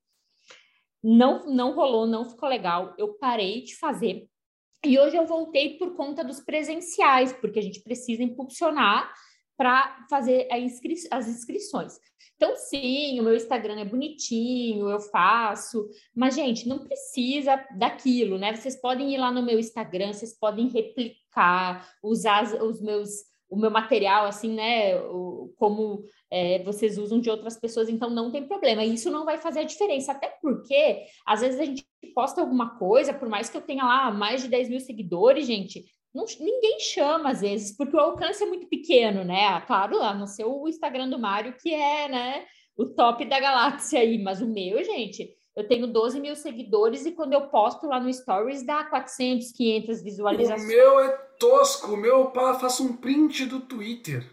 não, não rolou, não ficou legal. Eu parei de fazer. E hoje eu voltei por conta dos presenciais, porque a gente precisa impulsionar para fazer inscri as inscrições. Então, sim, o meu Instagram é bonitinho, eu faço, mas, gente, não precisa daquilo, né? Vocês podem ir lá no meu Instagram, vocês podem replicar, usar os meus, o meu material, assim, né? O, como é, vocês usam de outras pessoas, então não tem problema. Isso não vai fazer a diferença, até porque, às vezes, a gente posta alguma coisa, por mais que eu tenha lá mais de dez mil seguidores, gente, não, ninguém chama às vezes, porque o alcance é muito pequeno, né? Claro, a não ser o Instagram do Mário, que é, né, o top da galáxia aí, mas o meu, gente, eu tenho doze mil seguidores e quando eu posto lá no Stories dá quatrocentas, quinhentas O visualizações. meu é tosco, o meu eu faço um print do Twitter.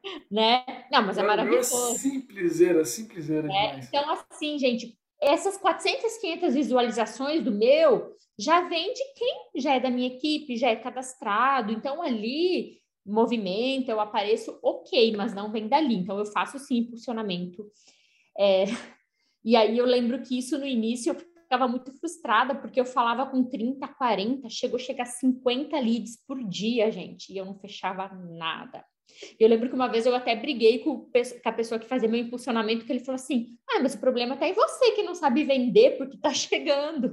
Né? Não, mas é O meu é maravilhoso. simpleseira, simpleseira Né? demais. Então, assim, gente, essas quatrocentas, quinhentas visualizações do meu já vem de quem já é da minha equipe, já é cadastrado. Então, ali, movimento, eu apareço ok, mas não vem dali. Então, eu faço sim impulsionamento. É... E aí, eu lembro que isso no início eu ficava muito frustrada, porque eu falava com trinta, quarenta, chegou a chegar a cinquenta leads por dia, gente, e eu não fechava nada. Eu lembro que uma vez eu até briguei com, com a pessoa que fazia meu impulsionamento, que ele falou assim, ah, mas o problema tá em você que não sabe vender porque tá chegando.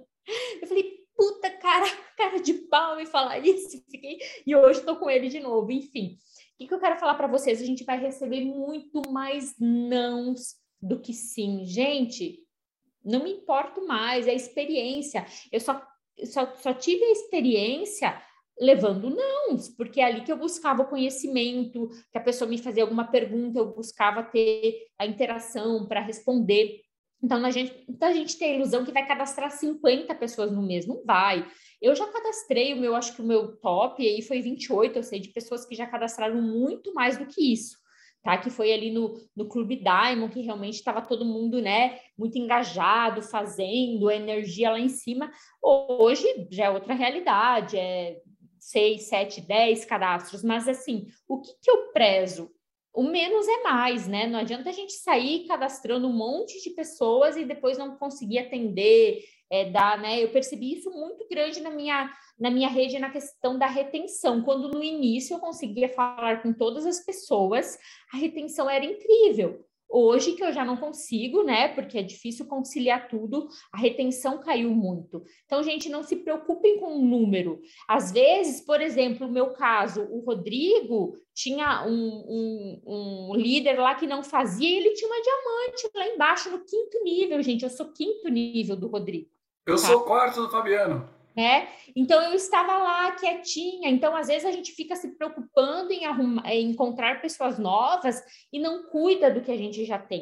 Eu falei, puta cara, cara de pau me falar isso. Fiquei... E hoje tô com ele de novo. Enfim, o que, que eu quero falar para vocês? A gente vai receber muito mais nãos do que sim. Gente, não me importo mais, é experiência. Eu só, só, só tive a experiência levando nãos, porque é ali que eu buscava o conhecimento, que a pessoa me fazia alguma pergunta, eu buscava ter a interação para responder. Então a, gente, então, a gente tem a ilusão que vai cadastrar cinquenta pessoas no mês. Não vai. Eu já cadastrei o meu, acho que o meu top aí foi vinte e oito, eu sei de pessoas que já cadastraram muito mais do que isso. Tá, que foi ali no, no Clube Diamond, que realmente estava todo mundo, né, muito engajado, fazendo, a energia lá em cima. Hoje já é outra realidade, é seis, sete, dez cadastros, mas assim, o que, que eu prezo? O menos é mais, né? Não adianta a gente sair cadastrando um monte de pessoas e depois não conseguir atender, é, dar, né? Eu percebi isso muito grande na minha, na minha rede na questão da retenção. Quando no início eu conseguia falar com todas as pessoas, a retenção era incrível. Hoje que eu já não consigo, né? Porque é difícil conciliar tudo, a retenção caiu muito. Então, gente, não se preocupem com o número. Às vezes, por exemplo, no meu caso, o Rodrigo tinha um, um, um líder lá que não fazia, e ele tinha uma diamante lá embaixo no quinto nível, gente. Eu sou quinto nível do Rodrigo. Eu Tá? sou o quarto do Fabiano. Né? Então eu estava lá quietinha. Então às vezes a gente fica se preocupando em, arrumar, em encontrar pessoas novas e não cuida do que a gente já tem,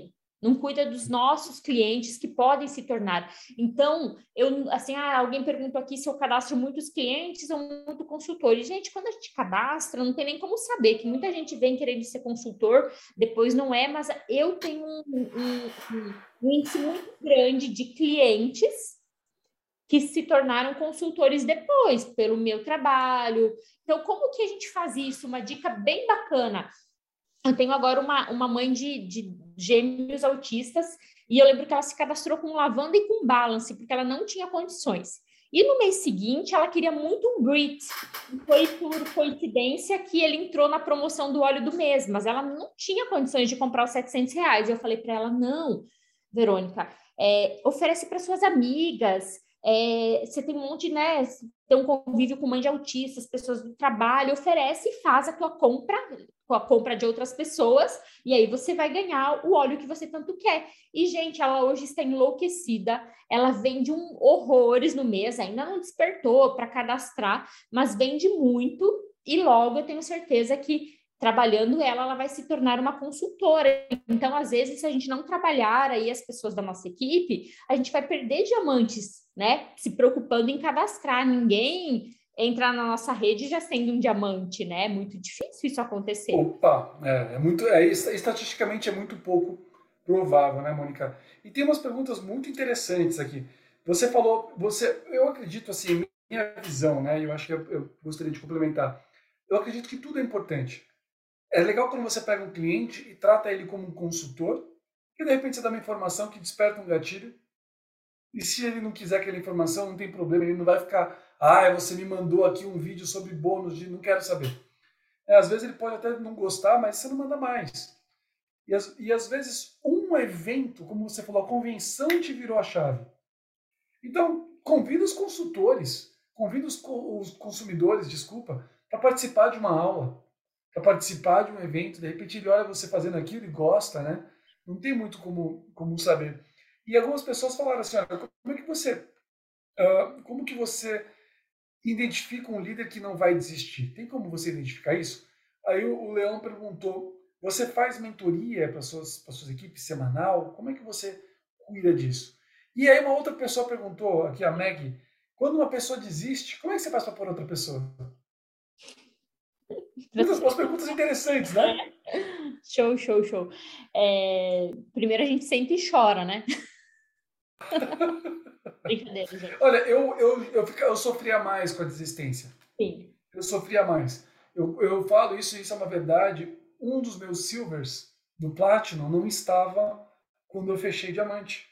não cuida dos nossos clientes que podem se tornar. Então, eu, assim, ah, alguém perguntou aqui se eu cadastro muitos clientes ou muito consultores. Gente, quando a gente cadastra, não tem nem como saber, que muita gente vem querendo ser consultor, depois não é, mas eu tenho um, um, um, um índice muito grande de clientes que se tornaram consultores depois, pelo meu trabalho. Então, como que a gente faz isso? Uma dica bem bacana. Eu tenho agora uma, uma mãe de, de gêmeos autistas e eu lembro que ela se cadastrou com lavanda e com balance, porque ela não tinha condições. E no mês seguinte, ela queria muito um Brit. E foi por coincidência que ele entrou na promoção do óleo do mês, mas ela não tinha condições de comprar os setecentos reais. Eu falei para ela, não, Verônica, é, oferece para suas amigas, é, você tem um monte, né, tem um convívio com mãe de autistas, pessoas do trabalho, oferece e faz a tua compra, com a compra de outras pessoas, e aí você vai ganhar o óleo que você tanto quer. E, gente, ela hoje está enlouquecida, ela vende um horrores no mês, ainda não despertou para cadastrar, mas vende muito, e logo eu tenho certeza que trabalhando ela, ela vai se tornar uma consultora. Então, às vezes, se a gente não trabalhar aí as pessoas da nossa equipe, a gente vai perder diamantes, né? Se preocupando em cadastrar. Ninguém entrar na nossa rede já sendo um diamante, né? É muito difícil isso acontecer. Opa, é, é muito, é, estatisticamente é muito pouco provável, né, Mônica? E tem umas perguntas muito interessantes aqui. Você falou, você, eu acredito assim, minha visão, né? Eu acho que eu, eu gostaria de complementar. Eu acredito que tudo é importante. É legal quando você pega um cliente e trata ele como um consultor, e de repente você dá uma informação que desperta um gatilho. E se ele não quiser aquela informação, não tem problema, ele não vai ficar, ah, você me mandou aqui um vídeo sobre bônus de não quero saber. É, às vezes ele pode até não gostar, mas você não manda mais. E, as, e às vezes um evento, como você falou, a convenção te virou a chave. Então, convida os consultores, convida os, os consumidores, desculpa, para participar de uma aula, para participar de um evento. De repente ele olha você fazendo aquilo e gosta, né? Não tem muito como, como saber. E algumas pessoas falaram assim, olha, como é que você, uh, como que você identifica um líder que não vai desistir? Tem como você identificar isso? Aí o, o Leão perguntou, você faz mentoria para suas, para suas equipes semanal? Como é que você cuida disso? E aí uma outra pessoa perguntou, aqui a Meg, quando uma pessoa desiste, como é que você faz para pôr outra pessoa? Muitas umas perguntas interessantes, né? Show, show, show. É, primeiro a gente sente e chora, né? Brincadeira, gente. Olha, eu, eu, eu, fica, eu sofria mais com a desistência. Sim. Eu sofria mais. Eu, eu falo isso, isso é uma verdade. Um dos meus silvers do Platinum não estava quando eu fechei diamante.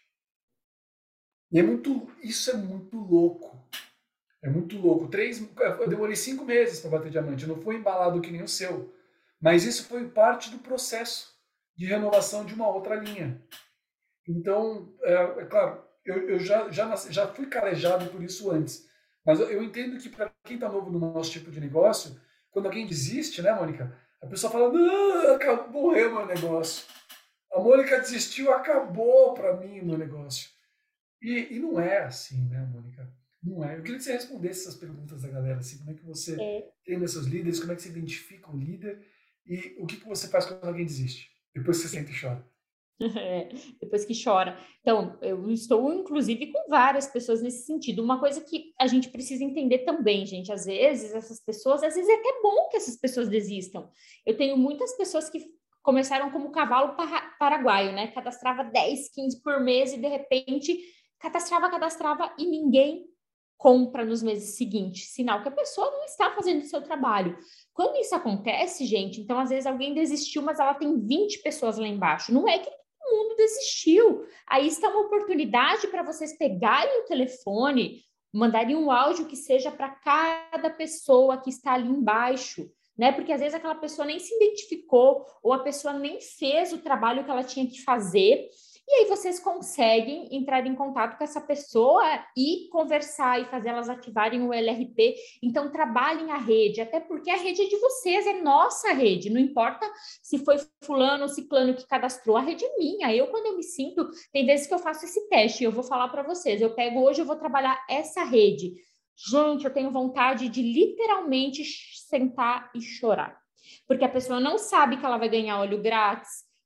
E é muito, isso é muito louco. É muito louco. Três, eu demorei cinco meses para bater diamante. Eu não fui embalado que nem o seu. Mas isso foi parte do processo de renovação de uma outra linha. Então, é, é claro, eu, eu já, já, já fui calejado por isso antes. Mas eu, eu entendo que para quem está novo no nosso tipo de negócio, quando alguém desiste, né, Mônica? A pessoa fala, não, acabou, morreu meu negócio. A Mônica desistiu, acabou para mim o meu negócio. E, e não é assim, né, Mônica? Não é. Eu queria que você respondesse essas perguntas da galera, assim, como é que você é. treina seus líderes, como é que você identifica um líder e o que, que você faz quando alguém desiste? Depois que você senta e chora. É, depois que chora. Então, eu estou, inclusive, com várias pessoas nesse sentido. Uma coisa que a gente precisa entender também, gente, às vezes, essas pessoas, às vezes é até bom que essas pessoas desistam. Eu tenho muitas pessoas que começaram como cavalo para, paraguaio, né? Cadastrava dez, quinze por mês e, de repente, cadastrava, cadastrava e ninguém compra nos meses seguintes. Sinal que a pessoa não está fazendo o seu trabalho. Quando isso acontece, gente, então, às vezes, alguém desistiu, mas ela tem vinte pessoas lá embaixo. Não é que todo mundo desistiu. Aí está uma oportunidade para vocês pegarem o telefone, mandarem um áudio que seja para cada pessoa que está ali embaixo, né? Porque às vezes aquela pessoa nem se identificou ou a pessoa nem fez o trabalho que ela tinha que fazer. E aí vocês conseguem entrar em contato com essa pessoa e conversar e fazer elas ativarem o L R P. Então, trabalhem a rede, até porque a rede é de vocês, é nossa rede. Não importa se foi fulano ou ciclano que cadastrou, a rede é minha. Eu, quando eu me sinto, tem vezes que eu faço esse teste e eu vou falar para vocês. Eu pego hoje, eu vou trabalhar essa rede. Gente, eu tenho vontade de literalmente sentar e chorar. Porque a pessoa não sabe que ela vai ganhar óleo grátis,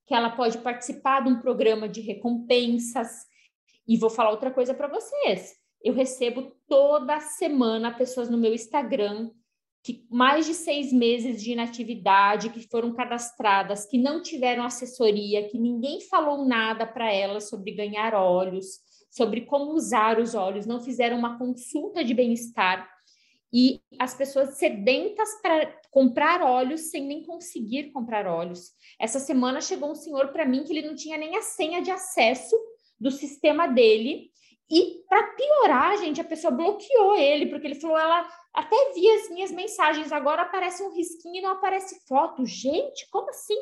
que ela pode participar de um programa de recompensas. E vou falar outra coisa para vocês. Eu recebo toda semana pessoas no meu Instagram que mais de seis meses de inatividade, que foram cadastradas, que não tiveram assessoria, que ninguém falou nada para elas sobre ganhar óleos, sobre como usar os óleos, não fizeram uma consulta de bem-estar. E as pessoas sedentas para comprar óleos sem nem conseguir comprar óleos. Essa semana chegou um senhor para mim que ele não tinha nem a senha de acesso do sistema dele. E para piorar, gente, a pessoa bloqueou ele, porque ele falou, ela até via as minhas mensagens, agora aparece um risquinho e não aparece foto. Gente, como assim?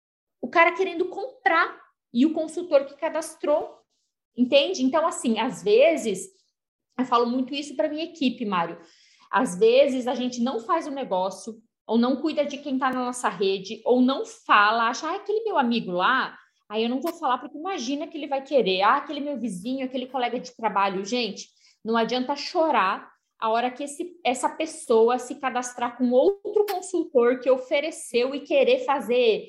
O cara querendo comprar e o consultor que cadastrou, entende? Então, assim, às vezes, eu falo muito isso para minha equipe, Mário, às vezes a gente não faz o negócio, ou não cuida de quem está na nossa rede, ou não fala, acha, ah, aquele meu amigo lá, aí eu não vou falar porque imagina que ele vai querer. Ah, aquele meu vizinho, aquele colega de trabalho. Gente, não adianta chorar a hora que esse, essa pessoa se cadastrar com outro consultor que ofereceu e querer fazer,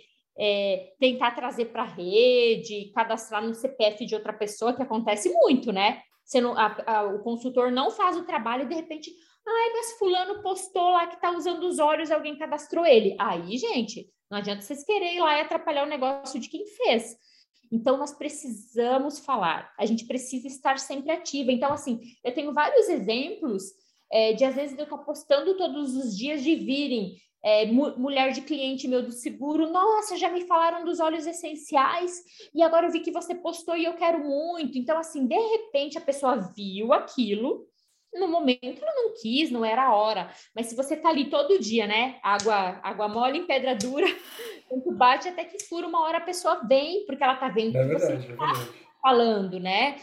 é, tentar trazer para a rede, cadastrar no C P F de outra pessoa, que acontece muito, né? Você não, a, a, o consultor não faz o trabalho e de repente, ai, mas fulano postou lá que está usando os óleos, alguém cadastrou ele. Aí, gente, não adianta vocês quererem ir lá e atrapalhar o negócio de quem fez. Então, nós precisamos falar. A gente precisa estar sempre ativa. Então, assim, eu tenho vários exemplos é, de, às vezes, eu estou postando todos os dias de virem é, mu- mulher de cliente meu do seguro. Nossa, já me falaram dos óleos essenciais e agora eu vi que você postou e eu quero muito. Então, assim, de repente, a pessoa viu aquilo. No momento ela não quis, não era a hora. Mas se você tá ali todo dia, né? Água, água mole em pedra dura, quando bate até que fura, uma hora a pessoa vem, porque ela tá vendo É que você verdade, é verdade. falando, né?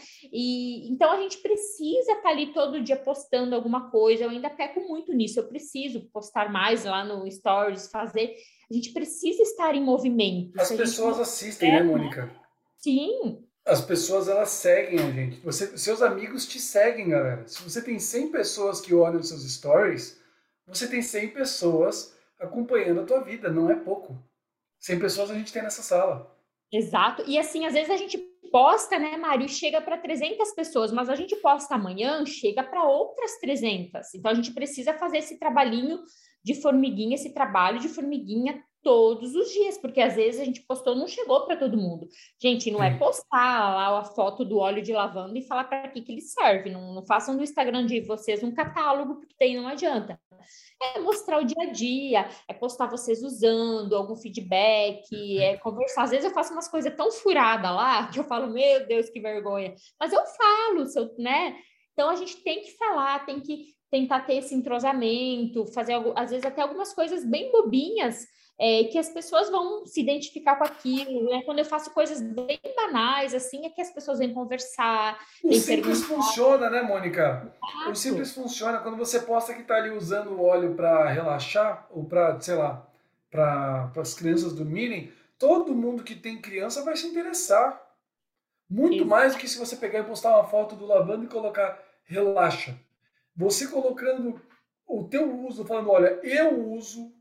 E então a gente precisa estar ali todo dia postando alguma coisa. Eu ainda peco muito nisso. Eu preciso postar mais lá no Stories, fazer. A gente precisa estar em movimento. As Se a gente pessoas não assistem, né, quiser, né? Mônica? Sim, As pessoas, elas seguem a gente. Você, seus amigos te seguem, galera. Se você tem cem pessoas que olham seus stories, você tem cem pessoas acompanhando a tua vida. Não é pouco. cem pessoas a gente tem nessa sala. exato. E assim, às vezes a gente posta, né, Mário, e chega para trezentas pessoas, mas a gente posta amanhã, chega para outras trezentas. Então a gente precisa fazer esse trabalhinho de formiguinha, esse trabalho de formiguinha todos os dias, porque às vezes a gente postou, não chegou para todo mundo. Gente, não é Sim. postar lá a foto do óleo de lavanda e falar para que que ele serve. Não, não façam do Instagram de vocês um catálogo, porque tem, não adianta. É mostrar o dia a dia, é postar vocês usando, algum feedback, é conversar. Às vezes eu faço umas coisas tão furadas lá que eu falo, meu Deus, que vergonha. Mas eu falo, se eu, né? Então a gente tem que falar, tem que tentar ter esse entrosamento, fazer algo, às vezes até algumas coisas bem bobinhas, é, que as pessoas vão se identificar com aquilo, né? Quando eu faço coisas bem banais, assim, é que as pessoas vêm conversar, O vêm simples perguntar. funciona, né, Mônica? O simples funciona. Quando você posta que tá ali usando o óleo para relaxar, ou para, sei lá, para as crianças dormirem, todo mundo que tem criança vai se interessar. Muito mais do que se você pegar e postar uma foto do lavando e colocar relaxa. Você colocando o teu uso, falando, olha, eu uso,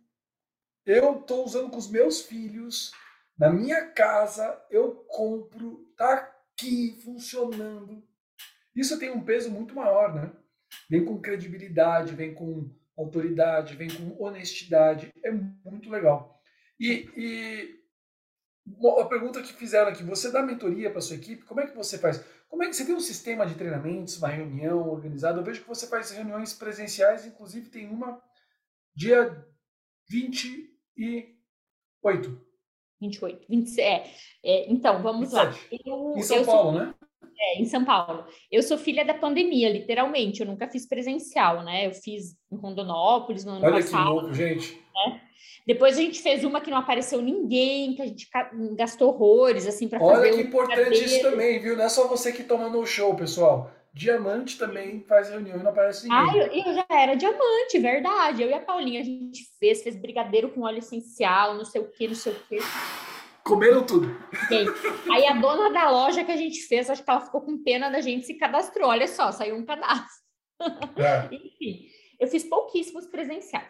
eu estou usando com os meus filhos, na minha casa, eu compro, tá aqui funcionando. Isso tem um peso muito maior, né? Vem com credibilidade, vem com autoridade, vem com honestidade. É muito legal. E, e a pergunta que fizeram aqui, você dá mentoria para sua equipe? Como é que você faz? Como é que você tem um sistema de treinamentos, uma reunião organizada? Eu vejo que você faz reuniões presenciais, inclusive tem uma dia vinte e oito. vinte e oito, vinte, é, é, então, vamos lá. Eu, Em São eu Paulo, sou, né? é, em São Paulo. Eu sou filha da pandemia, literalmente. Eu nunca fiz presencial, né? Eu fiz em Rondonópolis no ano Olha que passado. louco, gente. Né? Depois a gente fez uma que não apareceu ninguém, que a gente gastou horrores, assim, para Olha fazer que um importante isso também, viu? Não é só você que toma no show, pessoal. Diamante também faz reunião e não aparece Ah, ninguém. eu, eu já era diamante, verdade. Eu e a Paulinha, a gente fez, fez brigadeiro com óleo essencial, não sei o que, não sei o que. Comeram tudo. Bem, aí a dona da loja que a gente fez, acho que ela ficou com pena da gente, se cadastrou. Olha só, saiu um cadastro. É. Enfim, eu fiz pouquíssimos presenciais.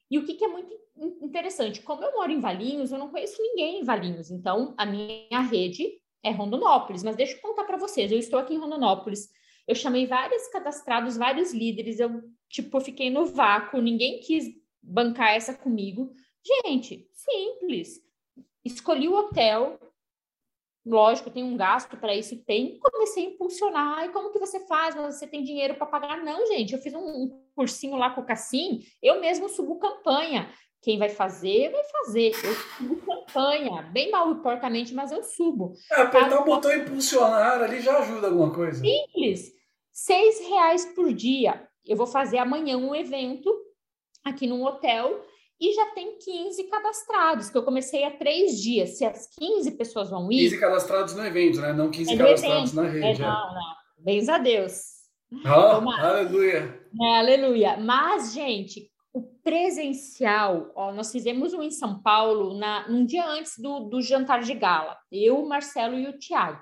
E o que, que é muito interessante, como eu moro em Valinhos, eu não conheço ninguém em Valinhos, então a minha rede é Rondonópolis, mas deixa eu contar para vocês, eu estou aqui em Rondonópolis, eu chamei vários cadastrados, vários líderes, eu, tipo, fiquei no vácuo, ninguém quis bancar essa comigo. Gente, simples. Escolhi o hotel, lógico, tem um gasto para isso, tem. Comecei a impulsionar. E como que você faz? Você tem dinheiro para pagar? Não, gente. Eu fiz um, um cursinho lá com o Cassim, eu mesmo subo campanha. Quem vai fazer, vai fazer. Eu subo campanha, bem mal e porcamente, mas eu subo. É, apertar Cada o botão impulsionar ali já ajuda alguma coisa. simples, seis reais por dia. Eu vou fazer amanhã um evento aqui num hotel e já tem quinze cadastrados, que eu comecei há três dias. Se as quinze pessoas vão ir... quinze cadastrados no evento, né? Não quinze é cadastrados evento. na rede. É, É. não, não. Bens a Deus. Ah, aleluia. É, aleluia. Mas, gente, o presencial, ó, nós fizemos um em São Paulo na, num dia antes do, do jantar de gala. Eu, o Marcelo e o Thiago.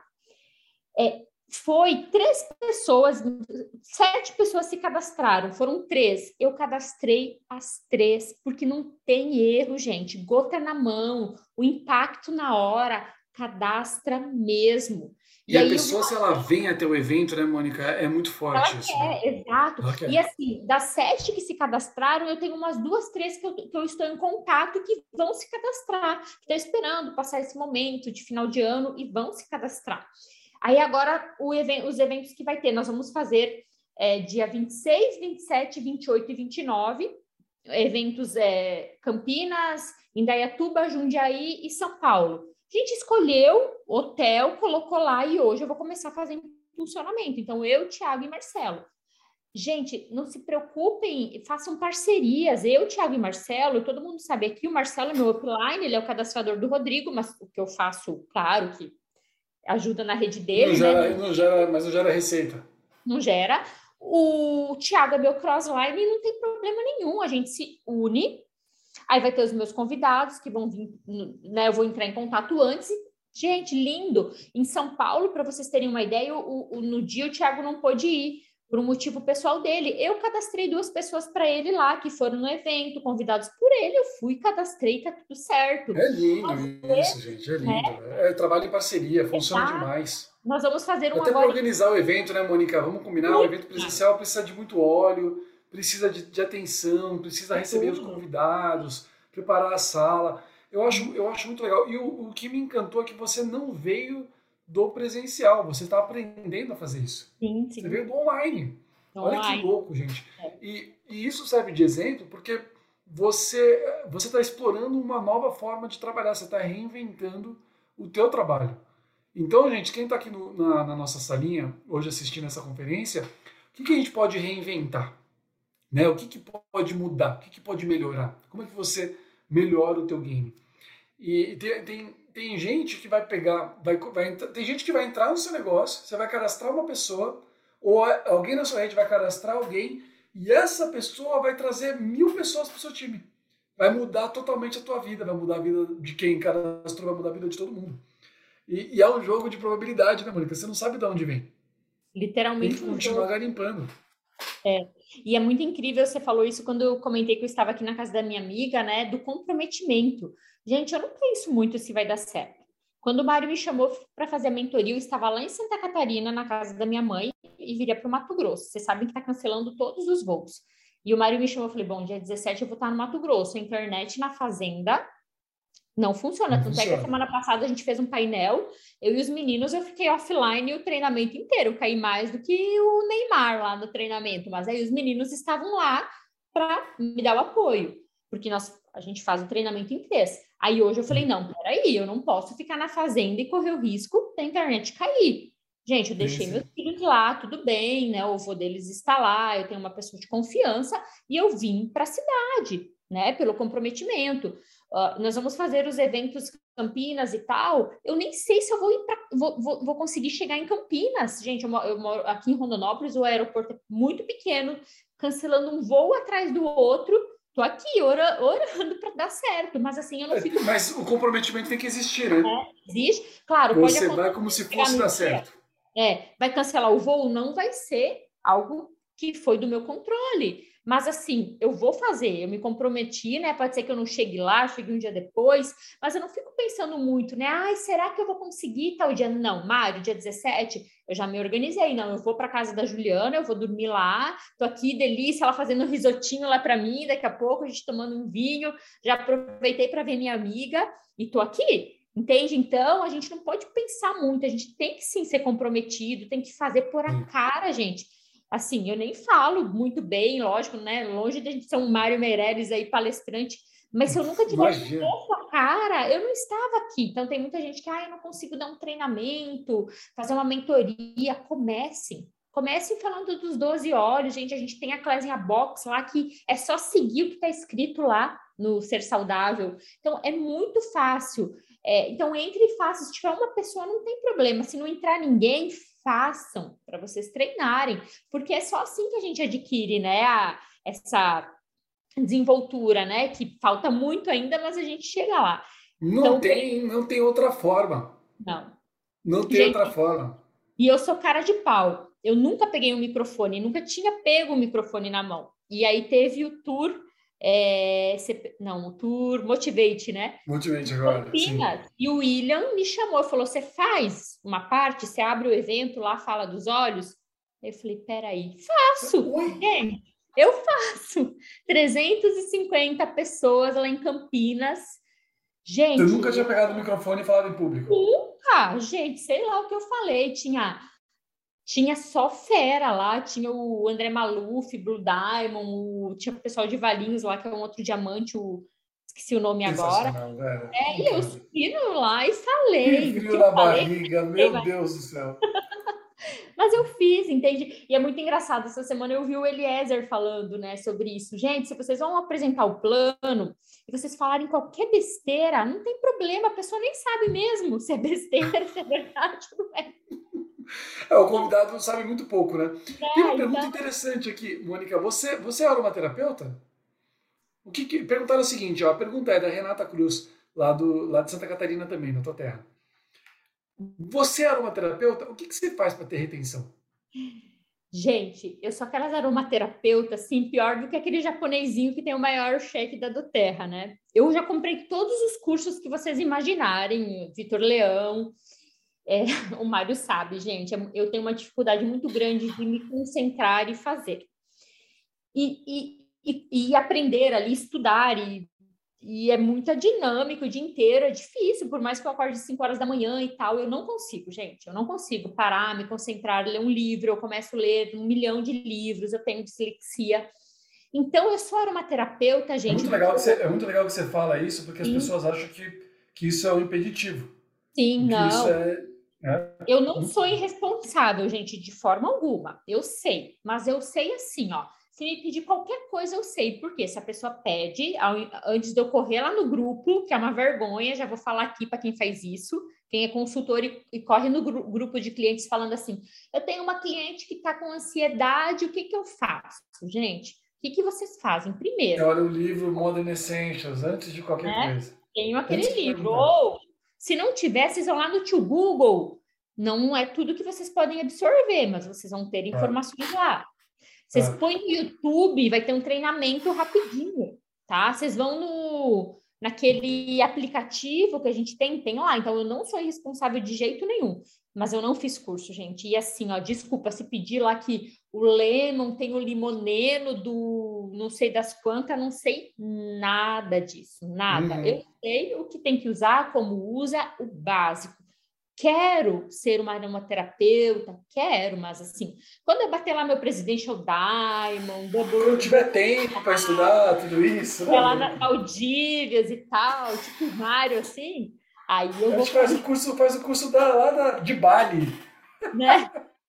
É, foi três pessoas, sete pessoas se cadastraram, foram três. Eu cadastrei as três, porque não tem erro, gente. Gota na mão, o impacto na hora, cadastra mesmo. E, e a pessoa, eu... se ela vem até o evento, né, Mônica, é muito forte ela isso. Quer, né? exato. E assim, das sete que se cadastraram, eu tenho umas duas, três que eu, que eu estou em contato que vão se cadastrar, que estão esperando passar esse momento de final de ano e vão se cadastrar. Aí agora o event, os eventos que vai ter, nós vamos fazer é, dia vinte e seis, vinte e sete, vinte e oito e vinte e nove, eventos é, Campinas, Indaiatuba, Jundiaí e São Paulo. A gente escolheu hotel, colocou lá e hoje eu vou começar a fazer funcionamento. Então, eu, Thiago e Marcelo. Gente, não se preocupem, façam parcerias. Eu, Thiago e Marcelo, todo mundo sabe aqui, o Marcelo é meu upline, ele é o cadastrador do Rodrigo, mas o que eu faço, claro que ajuda na rede dele, não gera, né? Não gera, mas não gera receita. Não gera. O Thiago é meu crossline e não tem problema nenhum. A gente se une. Aí vai ter os meus convidados que vão vir, né? Eu vou entrar em contato antes. Gente, lindo. Em São Paulo, para vocês terem uma ideia, o, o, no dia o Thiago não pôde ir por um motivo pessoal dele. Eu cadastrei duas pessoas para ele lá, que foram no evento, convidados por ele. Eu fui, cadastrei, tá tudo certo. É lindo Mas, isso, gente. É lindo. Né? É trabalho em parceria, funciona Exato. demais. Nós vamos fazer um Até agora... para organizar o evento, né, Mônica? Vamos combinar, muito. O evento presencial precisa de muito óleo, precisa de, de atenção, precisa receber os convidados, preparar a sala. Eu acho, eu acho muito legal. E o, o que me encantou é que você não veio do presencial, você está aprendendo a fazer isso. Sim, sim. Você veio do online. online. Olha que louco, gente. É. E, e isso serve de exemplo porque você você está explorando uma nova forma de trabalhar, você está reinventando o teu trabalho. Então, gente, quem está aqui no, na, na nossa salinha, hoje assistindo essa conferência, o que, que a gente pode reinventar? Né? O que, que pode mudar? O que, que pode melhorar? Como é que você melhora o teu game? E tem, tem, tem gente que vai pegar, vai, vai, tem gente que vai entrar no seu negócio, você vai cadastrar uma pessoa, ou alguém na sua rede vai cadastrar alguém, e essa pessoa vai trazer mil pessoas para o seu time. Vai mudar totalmente a tua vida, vai mudar a vida de quem cadastrou, vai mudar a vida de todo mundo. E, e é um jogo de probabilidade, né, Mônica? Você não sabe de onde vem. Literalmente. Tem que continuar garimpando. É. E é muito incrível, você falou isso quando eu comentei que eu estava aqui na casa da minha amiga, né, do comprometimento. Gente, eu não penso muito se vai dar certo. Quando o Mário me chamou para fazer a mentoria, eu estava lá em Santa Catarina, na casa da minha mãe, e viria para o Mato Grosso. Vocês sabem que está cancelando todos os voos. E o Mário me chamou, eu falei, bom, dia dezessete eu vou estar no Mato Grosso. A internet na fazenda não funciona. Tanto é que a semana passada a gente fez um painel, eu e os meninos, eu fiquei offline o treinamento inteiro. Eu caí mais do que o Neymar lá no treinamento. Mas aí os meninos estavam lá para me dar o apoio. Porque nós, a gente faz o treinamento em três. Aí hoje eu falei, não, peraí, eu não posso ficar na fazenda e correr o risco da internet cair. Gente, eu deixei meus filhos lá, tudo bem, né? O avô deles está lá, eu tenho uma pessoa de confiança, e eu vim para a cidade, né? Pelo comprometimento. Uh, nós vamos fazer os eventos Campinas e tal. Eu nem sei se eu vou ir para, vou, vou, vou conseguir chegar em Campinas. Gente, eu moro, eu moro aqui em Rondonópolis, o aeroporto é muito pequeno, cancelando um voo atrás do outro. Tô aqui ora, orando para dar certo, mas assim eu não fico. É, mas o comprometimento tem que existir, né? É, existe, claro. Você pode vai como se fosse dar certo. É, vai cancelar o voo? Não vai ser algo que foi do meu controle. Mas assim, eu vou fazer, eu me comprometi, né? Pode ser que eu não chegue lá, chegue um dia depois, mas eu não fico pensando muito, né? Ai, será que eu vou conseguir tal dia? Não, Mário, dia dezessete, eu já me organizei, não, eu vou para casa da Juliana, eu vou dormir lá, tô aqui, delícia, ela fazendo um risotinho lá para mim, daqui a pouco a gente tomando um vinho, já aproveitei para ver minha amiga e tô aqui. Entende? Então, a gente não pode pensar muito, a gente tem que sim ser comprometido, tem que fazer por a cara, gente. Assim, eu nem falo muito bem, lógico, né? Longe de a gente ser um Mário Meirelles aí, palestrante, mas se eu nunca tivesse posto a cara, eu não estava aqui. Então, tem muita gente que, ah, eu não consigo dar um treinamento, fazer uma mentoria. Comecem. Comecem falando dos doze olhos, gente. A gente tem a Clasinha Box lá, que é só seguir o que está escrito lá no Ser Saudável. Então, é muito fácil. É, então, entre e faça. Se tiver uma pessoa, não tem problema. Se não entrar ninguém, façam para vocês treinarem, porque é só assim que a gente adquire, né, a, essa desenvoltura, né, que falta muito ainda, mas a gente chega lá. Não, então, tem, não tem outra forma. Não. Não tem gente, outra forma. E eu sou cara de pau. Eu nunca peguei um microfone, nunca tinha pego o um microfone na mão. E aí teve o tour É, não, o Tour Motivate, né? Motivate agora, sim. E o William me chamou, falou, você faz uma parte, você abre o evento lá, fala dos olhos? Eu falei, peraí, faço, gente, eu faço. trezentas e cinquenta pessoas lá em Campinas. Gente... Eu nunca tinha pegado o microfone e falado em público? Nunca, gente, sei lá o que eu falei, tinha... Tinha só fera lá, tinha o André Maluf, Blue Diamond, o, tinha o pessoal de Valinhos lá, que é um outro diamante, o, esqueci o nome agora. Velho. É, e eu subi lá e falei. Que frio na barriga, meu falei, Deus do céu. Mas eu fiz, entende? E é muito engraçado, essa semana eu vi o Eliezer falando, né, sobre isso. Gente, se vocês vão apresentar o plano e vocês falarem qualquer besteira, não tem problema, a pessoa nem sabe mesmo se é besteira, se é verdade, não é. É, o convidado sabe muito pouco, né? É, Tem uma pergunta então... interessante aqui, Mônica. Você, você é aromaterapeuta? O que, que perguntaram o seguinte, ó, a pergunta é da Renata Cruz, lá, do, lá de Santa Catarina também, na tua terra. Você é aromaterapeuta? O que, que você faz para ter retenção? Gente, eu sou aquelas aromaterapeutas, assim, pior do que aquele japonesinho que tem o maior cheque da doTERRA, né? Eu já comprei todos os cursos que vocês imaginarem, Vitor Leão. É, o Mário sabe, gente, eu tenho uma dificuldade muito grande de me concentrar e fazer. E, e, e, e aprender ali, estudar, e, e é muito dinâmico o dia inteiro, é difícil, por mais que eu acorde às cinco horas da manhã e tal, eu não consigo, gente, eu não consigo parar, me concentrar, ler um livro, eu começo a ler um milhão de livros, eu tenho dislexia. Então, eu sou aromaterapeuta, gente. É muito legal, que você, é muito legal que você fala isso, porque as Sim. pessoas acham que, que isso é um impeditivo. Sim, que não. Isso é... É. Eu não sou irresponsável, gente, de forma alguma. Eu sei, mas eu sei assim, ó. Se me pedir qualquer coisa, eu sei. Porque se a pessoa pede, antes de eu correr lá no grupo, que é uma vergonha, já vou falar aqui para quem faz isso, quem é consultor e, e corre no gru- grupo de clientes falando assim, eu tenho uma cliente que está com ansiedade, o que, que eu faço? Gente, o que, que vocês fazem? Primeiro... Olha o livro Modern Essentials, antes de qualquer é, coisa. Tenho aquele antes livro. Ou... Se não tiver, vocês vão lá no tio Google. Não é tudo que vocês podem absorver, mas vocês vão ter informações ah. lá. Vocês ah. põem no YouTube, vai ter um treinamento rapidinho, tá? Vocês vão no, naquele aplicativo que a gente tem, tem lá. Então, eu não sou responsável de jeito nenhum. Mas eu não fiz curso, gente. E assim, ó, desculpa, se pedir lá que o Lemon tem o limoneno do não sei das quantas, não sei nada disso, nada. Uhum. Eu sei o que tem que usar, como usa, o básico. Quero ser uma aromaterapeuta, quero, mas assim, quando eu bater lá meu Presidential Diamond... Quando eu tiver tempo para estudar tudo isso... Né? Lá na Maldívias e tal, tipo Mário, assim... Aí eu a vou gente faz o curso, faz o curso da, lá da, de Bali. Né?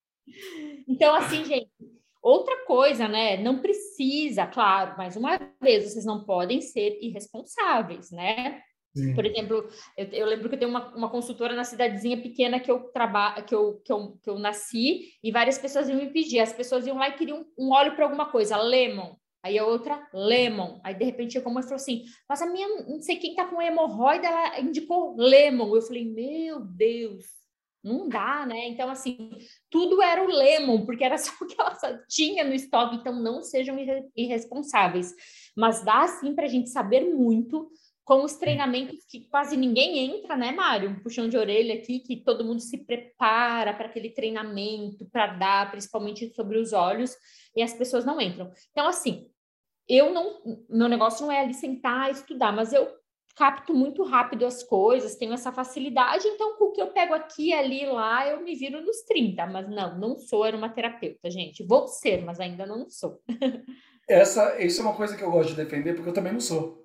Então, assim, gente, outra coisa, né? Não precisa, claro, mais uma vez, vocês não podem ser irresponsáveis, né? Sim. Por exemplo, eu, eu lembro que eu tenho uma, uma consultora na cidadezinha pequena que eu, traba, que, eu, que, eu, que eu nasci e várias pessoas iam me pedir. As pessoas iam lá e queriam um óleo para alguma coisa, Lemon. Aí a outra, Lemon. Aí, de repente, chegou uma e falou assim, mas a minha, não sei quem tá com hemorroida, ela indicou Lemon. Eu falei, meu Deus, Não dá, né? Então, assim, tudo era o lemon, porque era só o que ela tinha no estoque, então não sejam irre- irresponsáveis. Mas dá, sim, para a gente saber muito com os treinamentos que quase ninguém entra, né, Mário? Um puxão de orelha aqui, que todo mundo se prepara para aquele treinamento, para dar, principalmente sobre os olhos, e as pessoas não entram. Então, assim, eu não, meu negócio não é ali sentar e estudar, mas eu capto muito rápido as coisas, tenho essa facilidade, então com o que eu pego aqui, ali, lá, eu me viro nos trinta, mas não, não sou aromaterapeuta, gente. Vou ser, mas ainda não sou. Essa, isso é uma coisa que eu gosto de defender, porque eu também não sou.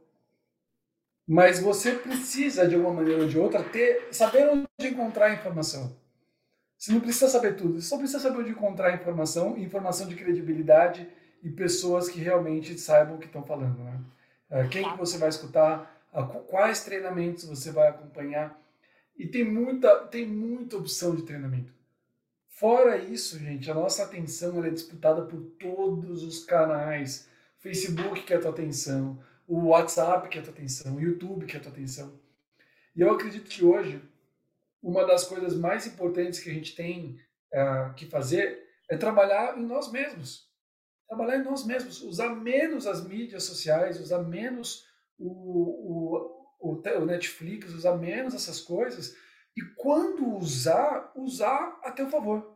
Mas você precisa, de uma maneira ou de outra, ter, saber onde encontrar a informação. Você não precisa saber tudo, você só precisa saber onde encontrar a informação, informação de credibilidade e pessoas que realmente saibam o que estão falando. Né? Quem que você vai escutar, quais treinamentos você vai acompanhar. E tem muita, tem muita opção de treinamento. Fora isso, gente, a nossa atenção ela é disputada por todos os canais. Facebook quer a tua atenção, o WhatsApp quer a tua atenção, o YouTube quer a tua atenção. E eu acredito que hoje, uma das coisas mais importantes que a gente tem uh, que fazer é trabalhar em nós mesmos. Trabalhar em nós mesmos, usar menos as mídias sociais, usar menos o, o, o, o Netflix, usar menos essas coisas, e quando usar, usar a teu favor.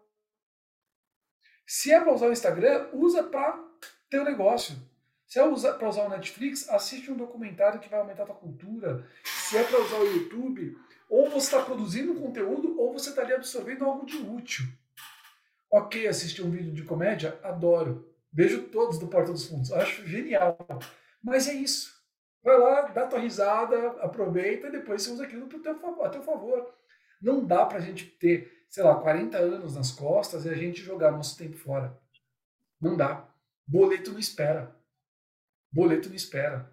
Se é para usar o Instagram, usa para teu negócio. Se é para usar o Netflix, assiste um documentário que vai aumentar a tua cultura. Se é para usar o YouTube, ou você está produzindo conteúdo, ou você está ali absorvendo algo de útil. Ok, assistir um vídeo de comédia? Adoro. Vejo todos do Porta dos Fundos. Acho genial. Mas é isso. Vai lá, dá tua risada, aproveita e depois você usa aquilo teu, a teu favor. Não dá pra gente ter, sei lá, quarenta anos nas costas e a gente jogar nosso tempo fora. Não dá. Boleto não espera. Boleto não espera.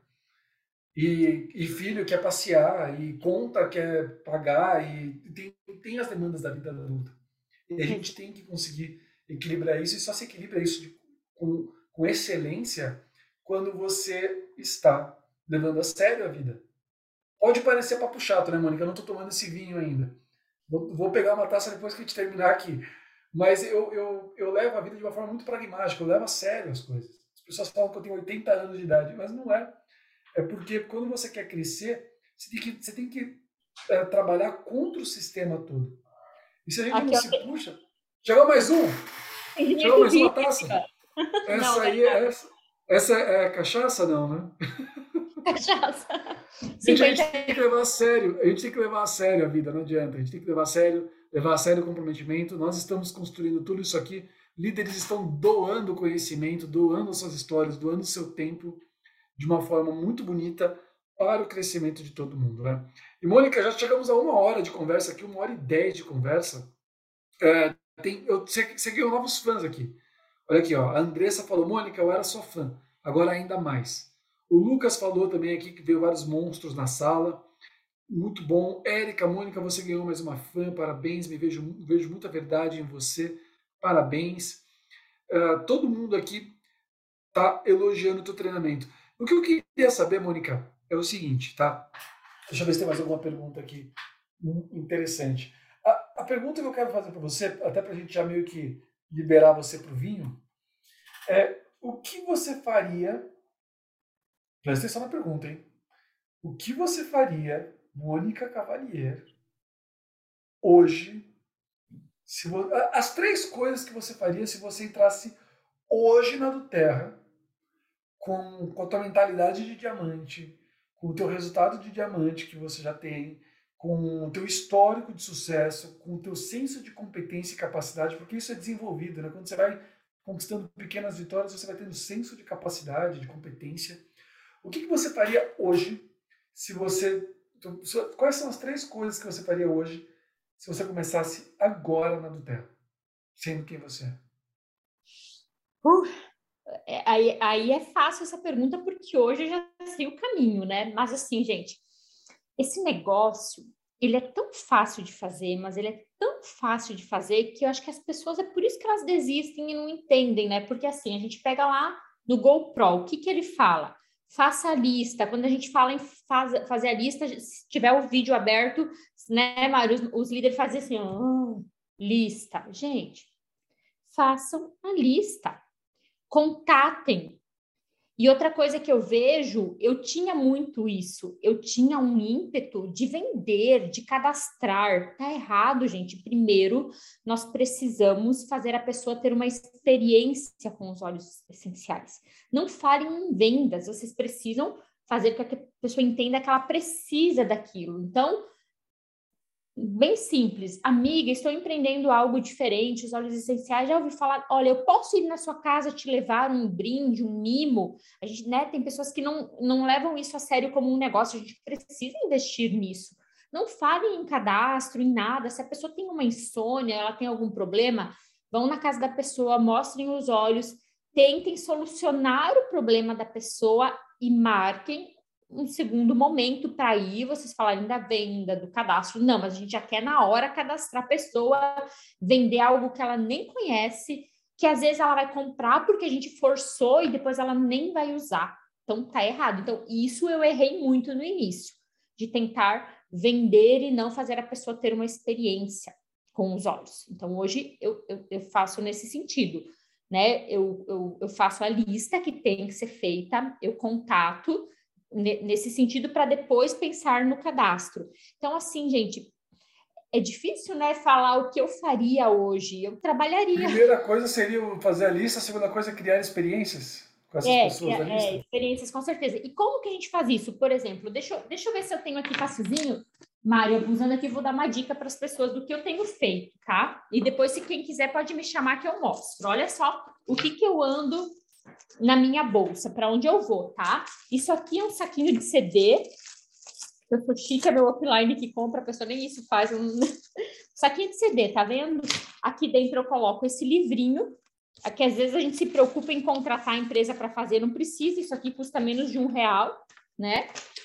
E, e filho quer passear, e conta quer pagar, e tem, tem as demandas da vida adulta. E a gente tem que conseguir equilibrar isso, e só se equilibra isso de, com, com excelência quando você está levando a sério a vida. Pode parecer papo chato, né, Mônica? Eu não estou tomando esse vinho ainda. Vou, vou pegar uma taça depois que a gente terminar aqui. Mas eu, eu, eu levo a vida de uma forma muito pragmática, eu levo a sério as coisas. As pessoas falam que eu tenho oitenta anos de idade, mas não é. É porque quando você quer crescer, você tem que, você tem que é, trabalhar contra o sistema todo. E se a gente aqui, não se tenho... puxa... Chegou mais um! Chegou mais uma taça? Essa não, aí, é, essa, essa é cachaça, não, né? Cachaça. Gente, a gente tem que levar a sério, a gente tem que levar a sério a vida, não adianta. A gente tem que levar a sério, levar a sério o comprometimento. Nós estamos construindo tudo isso aqui. Líderes estão doando conhecimento, doando suas histórias, doando seu tempo de uma forma muito bonita para o crescimento de todo mundo, né? E, Mônica, já chegamos a uma hora de conversa aqui, uma hora e dez de conversa. É, tem, eu, você, você ganhou novos fãs aqui. Olha aqui, ó, a Andressa falou, Mônica, eu era sua fã, agora ainda mais. O Lucas falou também aqui que veio vários monstros na sala. Muito bom. Érica, Mônica, você ganhou mais uma fã, parabéns, me vejo, vejo muita verdade em você, parabéns. Uh, todo mundo aqui está elogiando o teu treinamento. O que eu queria saber, Mônica, é o seguinte, tá? Deixa eu ver se tem mais alguma pergunta aqui interessante. A, a pergunta que eu quero fazer para você, até para a gente já meio que liberar você para o vinho, é o que você faria... Presta atenção na pergunta, hein? O que você faria, Mônica Cavalier, hoje, se vo... as três coisas que você faria se você entrasse hoje na do Terra com, com a tua mentalidade de diamante, com o teu resultado de diamante que você já tem, com o teu histórico de sucesso, com o teu senso de competência e capacidade, porque isso é desenvolvido, né? Quando você vai conquistando pequenas vitórias, você vai tendo senso de capacidade, de competência. O que, que você faria hoje se você... Quais são as três coisas que você faria hoje se você começasse agora na do Terra, sendo quem você é? Uh, aí, aí é fácil essa pergunta, porque hoje eu já sei o caminho, né? Mas assim, gente, esse negócio, ele é tão fácil de fazer, mas ele é tão fácil de fazer que eu acho que as pessoas, é por isso que elas desistem e não entendem, né? Porque assim, a gente pega lá no GoPro, o que que ele fala? Faça a lista. Quando a gente fala em faz, fazer a lista, se tiver o vídeo aberto, né, Mário, os, os líderes fazem assim, oh, lista. Gente, façam a lista. Contatem. E outra coisa que eu vejo, eu tinha muito isso, eu tinha um ímpeto de vender, de cadastrar. Tá errado, gente. Primeiro, nós precisamos fazer a pessoa ter uma experiência com os óleos essenciais. Não falem em vendas, vocês precisam fazer com que a pessoa entenda que ela precisa daquilo. Então, bem simples, amiga, estou empreendendo algo diferente, os óleos essenciais, já ouvi falar, olha, eu posso ir na sua casa te levar um brinde, um mimo, a gente, né, tem pessoas que não, não levam isso a sério como um negócio, a gente precisa investir nisso, não falem em cadastro, em nada, se a pessoa tem uma insônia, ela tem algum problema, vão na casa da pessoa, mostrem os óleos, tentem solucionar o problema da pessoa e marquem um segundo momento para ir, vocês falarem da venda, do cadastro. Não, mas a gente já quer na hora cadastrar a pessoa, vender algo que ela nem conhece, que às vezes ela vai comprar porque a gente forçou e depois ela nem vai usar. Então, tá errado. Então, isso eu errei muito no início, de tentar vender e não fazer a pessoa ter uma experiência com os olhos. Então, hoje eu, eu, eu faço nesse sentido, né? Eu, eu, eu faço a lista que tem que ser feita, eu contato nesse sentido, para depois pensar no cadastro. Então, assim, gente, é difícil, né, falar o que eu faria hoje. Eu trabalharia. Primeira coisa seria fazer a lista, a segunda coisa é criar experiências com essas é, pessoas da lista. É, experiências, com certeza. E como que a gente faz isso? Por exemplo, deixa eu, deixa eu ver se eu tenho aqui facilzinho. Mário, usando aqui, vou dar uma dica para as pessoas do que eu tenho feito, tá? E depois, se quem quiser, pode me chamar que eu mostro. Olha só o que que eu ando na minha bolsa, para onde eu vou, tá? Isso aqui é um saquinho de C D. Eu sou chique, é meu offline que compra, a pessoa nem isso faz. Um saquinho de C D, tá vendo? Aqui dentro eu coloco esse livrinho, aqui às vezes a gente se preocupa em contratar a empresa para fazer, não precisa, isso aqui custa menos de um real, né?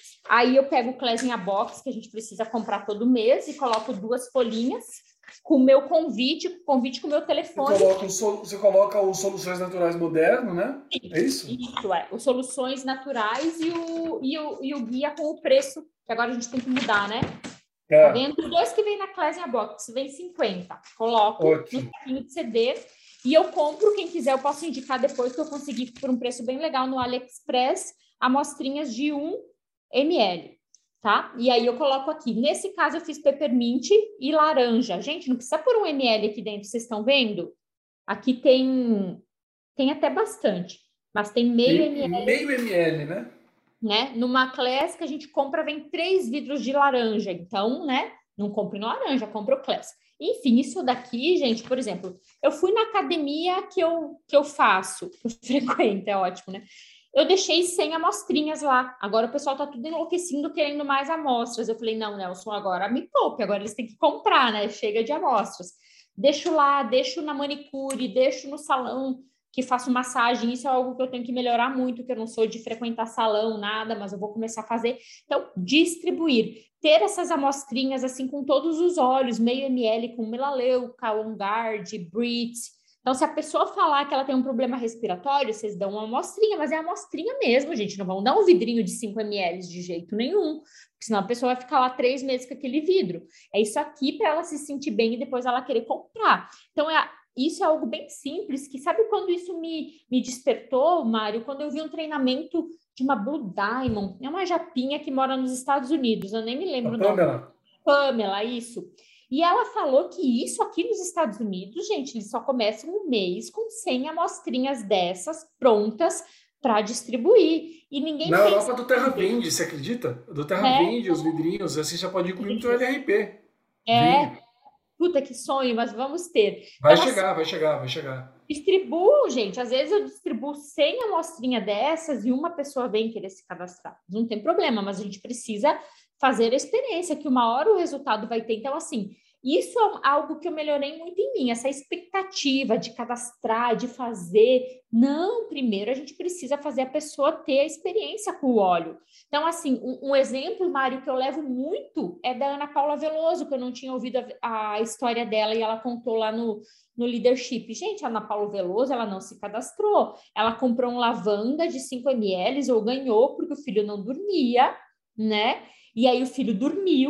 Aí eu pego o Klesinha Box, que a gente precisa comprar todo mês, e coloco duas folhinhas, com o meu convite, convite com o meu telefone. Você coloca, o, você coloca os Soluções Naturais Moderno, né? Isso, é isso? Isso, é. Os Soluções Naturais e o, e, o, e o guia com o preço, que agora a gente tem que mudar, né? É. Tá vendo? Os dois que vem na Klesinha Box, vem cinquenta. Coloco Ótimo. No saquinho de C D e eu compro, quem quiser eu posso indicar depois, que eu consegui por um preço bem legal no AliExpress, amostrinhas de um mililitro. Tá? E aí eu coloco aqui. Nesse caso, eu fiz peppermint e laranja. Gente, não precisa pôr um ml aqui dentro, vocês estão vendo? Aqui tem, tem até bastante, mas tem meio ml. Meio ml, né? né? Numa Class que a gente compra, vem três vidros de laranja. Então, né? Não compre no laranja, compre o Class. Enfim, isso daqui, gente, por exemplo, eu fui na academia que eu, que eu faço, que eu frequento, é ótimo, né? Eu deixei cem amostrinhas lá. Agora o pessoal tá tudo enlouquecendo, querendo mais amostras. Eu falei, não, Nelson, agora me poupe. Agora eles têm que comprar, né? Chega de amostras. Deixo lá, deixo na manicure, deixo no salão que faço massagem. Isso é algo que eu tenho que melhorar muito, que eu não sou de frequentar salão, nada, mas eu vou começar a fazer. Então, distribuir. Ter essas amostrinhas, assim, com todos os óleos, meio ml com melaleuca, OnGuard, Brit. Então, se a pessoa falar que ela tem um problema respiratório, vocês dão uma amostrinha, mas é amostrinha mesmo, gente. Não vão dar um vidrinho de cinco mililitros de jeito nenhum, porque senão a pessoa vai ficar lá três meses com aquele vidro. É isso aqui para ela se sentir bem e depois ela querer comprar. Então, é, isso é algo bem simples, que sabe quando isso me, me despertou, Mário? Quando eu vi um treinamento de uma Blue Diamond, é uma japinha que mora nos Estados Unidos, eu nem me lembro o nome. Pamela. Pamela, isso. E ela falou que isso aqui nos Estados Unidos, gente, eles só começam um mês com cem amostrinhas dessas prontas para distribuir. E ninguém Na Europa do Terra Vende, você acredita? Do Terra é. Vende os vidrinhos, assim já pode incluir no teu L R P. É. Vinho. Puta, que sonho, mas vamos ter. Vai então, chegar, assim, vai chegar, vai chegar. Distribuo, gente. Às vezes eu distribuo cem amostrinhas dessas e uma pessoa vem querer se cadastrar. Não tem problema, mas a gente precisa fazer a experiência, que uma hora o resultado vai ter. Então, assim, isso é algo que eu melhorei muito em mim, essa expectativa de cadastrar, de fazer. Não, primeiro a gente precisa fazer a pessoa ter a experiência com o óleo. Então, assim, um, um exemplo, Mário, que eu levo muito é da Ana Paula Veloso, que eu não tinha ouvido a, a história dela e ela contou lá no, no Leadership. Gente, a Ana Paula Veloso, ela não se cadastrou. Ela comprou um lavanda de cinco mililitros ou ganhou porque o filho não dormia, né? E aí o filho dormiu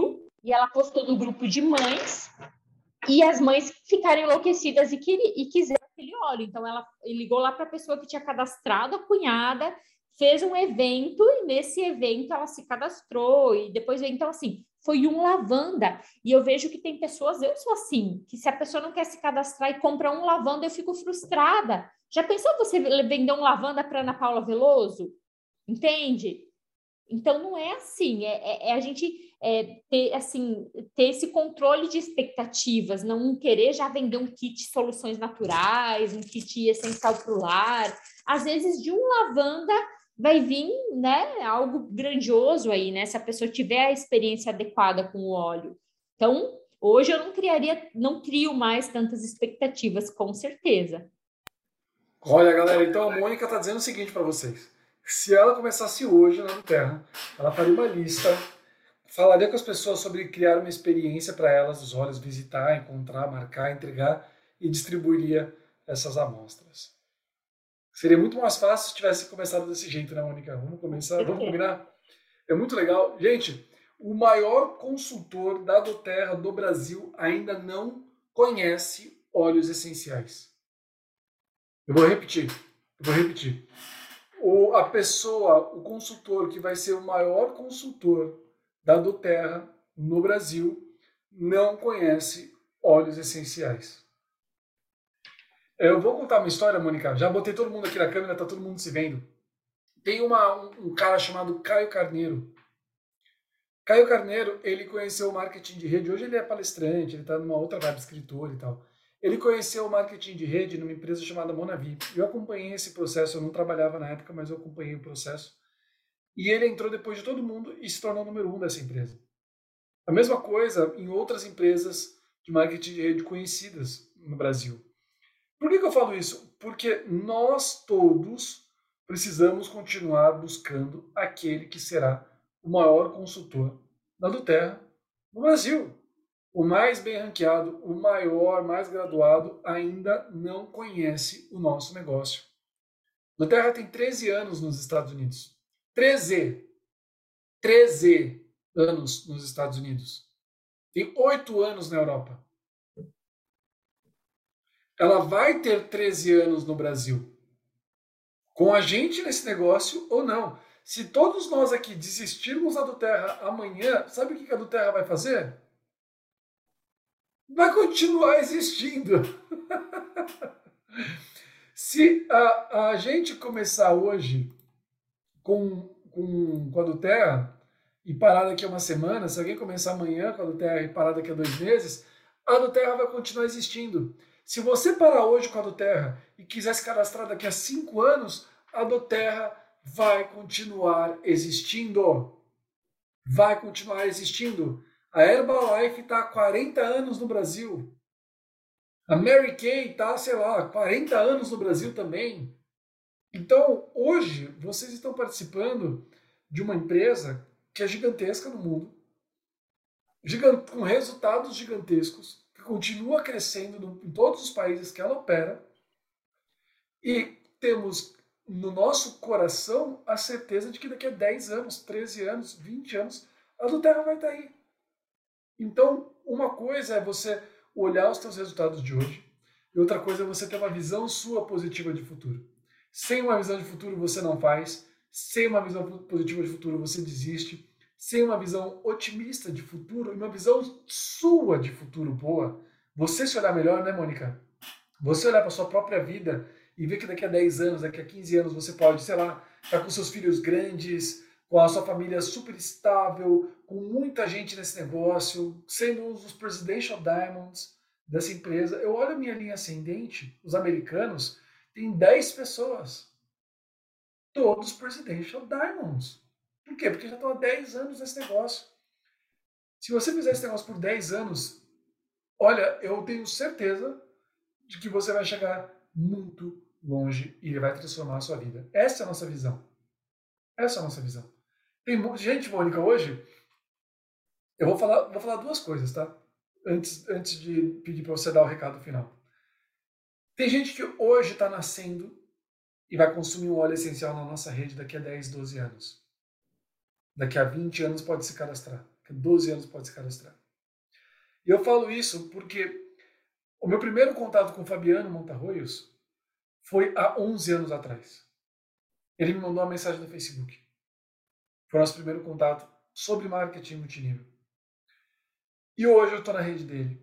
e ela postou no grupo de mães, e as mães ficaram enlouquecidas e, queri, e quiseram aquele óleo. Então, ela ligou lá para a pessoa que tinha cadastrado, a cunhada, fez um evento, e nesse evento ela se cadastrou, e depois, então, assim, foi um lavanda. E eu vejo que tem pessoas, eu sou assim, que se a pessoa não quer se cadastrar e compra um lavanda, eu fico frustrada. Já pensou você vender um lavanda para Ana Paula Veloso? Entende? Então, não é assim, é, é, é a gente é, ter, assim, ter esse controle de expectativas, não querer já vender um kit soluções naturais, um kit essencial para o lar. Às vezes, de um lavanda vai vir, né, algo grandioso aí, né, se a pessoa tiver a experiência adequada com o óleo. Então, hoje eu não criaria, não crio mais tantas expectativas, com certeza. Olha, galera, então a Mônica está dizendo o seguinte para vocês. Se ela começasse hoje na Terra, ela faria uma lista, falaria com as pessoas sobre criar uma experiência para elas, os olhos, visitar, encontrar, marcar, entregar e distribuiria essas amostras. Seria muito mais fácil se tivesse começado desse jeito, né, Mônica? Vamos começar, vamos combinar? É muito legal. Gente, o maior consultor da doTERRA do Brasil ainda não conhece óleos essenciais. Eu vou repetir, eu vou repetir. O, a pessoa, o consultor que vai ser o maior consultor da doTERRA no Brasil não conhece óleos essenciais. Eu vou contar uma história, Mônica. Já botei todo mundo aqui na câmera, tá todo mundo se vendo. Tem uma, um, um cara chamado Caio Carneiro. Caio Carneiro, ele conheceu o marketing de rede. Hoje ele é palestrante, ele está numa outra vibe, escritor e tal. Ele conheceu o marketing de rede numa empresa chamada Monavi. Eu acompanhei esse processo, eu não trabalhava na época, mas eu acompanhei o processo. E ele entrou depois de todo mundo e se tornou o número um dessa empresa. A mesma coisa em outras empresas de marketing de rede conhecidas no Brasil. Por que que eu falo isso? Porque nós todos precisamos continuar buscando aquele que será o maior consultor da doTERRA no Brasil. O mais bem ranqueado, o maior, mais graduado, ainda não conhece o nosso negócio. A doTERRA tem treze anos nos Estados Unidos. treze! treze anos nos Estados Unidos. Tem oito anos na Europa. Ela vai ter treze anos no Brasil. Com a gente nesse negócio ou não. Se todos nós aqui desistirmos da doTERRA amanhã, sabe o que a doTERRA vai fazer? Vai continuar existindo. Se a, a gente começar hoje com, com, com a doTERRA e parar daqui a uma semana, se alguém começar amanhã com a doTERRA e parar daqui a dois meses, a doTERRA vai continuar existindo. Se você parar hoje com a doTERRA e quiser se cadastrar daqui a cinco anos, a doTERRA vai continuar existindo. Vai continuar existindo. A Herbalife está há quarenta anos no Brasil. A Mary Kay está, sei lá, há quarenta anos no Brasil também. Então, hoje, vocês estão participando de uma empresa que é gigantesca no mundo, gigant... com resultados gigantescos, que continua crescendo no... em todos os países que ela opera, e temos no nosso coração a certeza de que daqui a dez anos, treze anos, vinte anos, a doTERRA vai estar aí. Então, uma coisa é você olhar os seus resultados de hoje, e outra coisa é você ter uma visão sua positiva de futuro. Sem uma visão de futuro você não faz, sem uma visão positiva de futuro você desiste, sem uma visão otimista de futuro e uma visão sua de futuro boa, você se olhar melhor, né, Mônica? Você olhar para sua própria vida e ver que daqui a dez anos, daqui a quinze anos você pode, sei lá, estar com seus filhos grandes, com a sua família super estável, com muita gente nesse negócio, sendo um dos Presidential Diamonds dessa empresa. Eu olho a minha linha ascendente, os americanos, tem dez pessoas. Todos Presidential Diamonds. Por quê? Porque já estão há dez anos nesse negócio. Se você fizer esse negócio por dez anos, olha, eu tenho certeza de que você vai chegar muito longe e vai transformar a sua vida. Essa é a nossa visão. Essa é a nossa visão. Tem gente, Mônica, hoje, eu vou falar, vou falar duas coisas, tá? Antes, antes de pedir para você dar o recado final. Tem gente que hoje está nascendo e vai consumir um óleo essencial na nossa rede daqui a dez, doze anos. Daqui a vinte anos pode se cadastrar. doze anos pode se cadastrar. E eu falo isso porque o meu primeiro contato com o Fabiano Montarroios foi há onze anos atrás. Ele me mandou uma mensagem no Facebook. Foi o nosso primeiro contato sobre marketing multinível. E hoje eu estou na rede dele.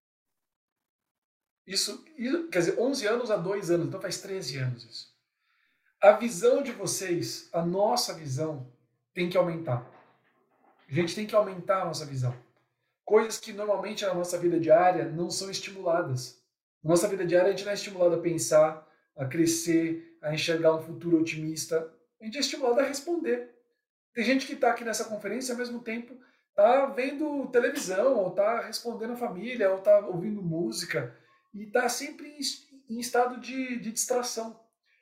Isso, quer dizer, onze anos a dois anos, então faz treze anos isso. A visão de vocês, a nossa visão, tem que aumentar. A gente tem que aumentar a nossa visão. Coisas que normalmente na nossa vida diária não são estimuladas. Na nossa vida diária a gente não é estimulado a pensar, a crescer, a enxergar um futuro otimista. A gente é estimulado a responder. Tem gente que está aqui nessa conferência e ao mesmo tempo está vendo televisão, ou está respondendo a família, ou está ouvindo música, e está sempre em estado de, de distração.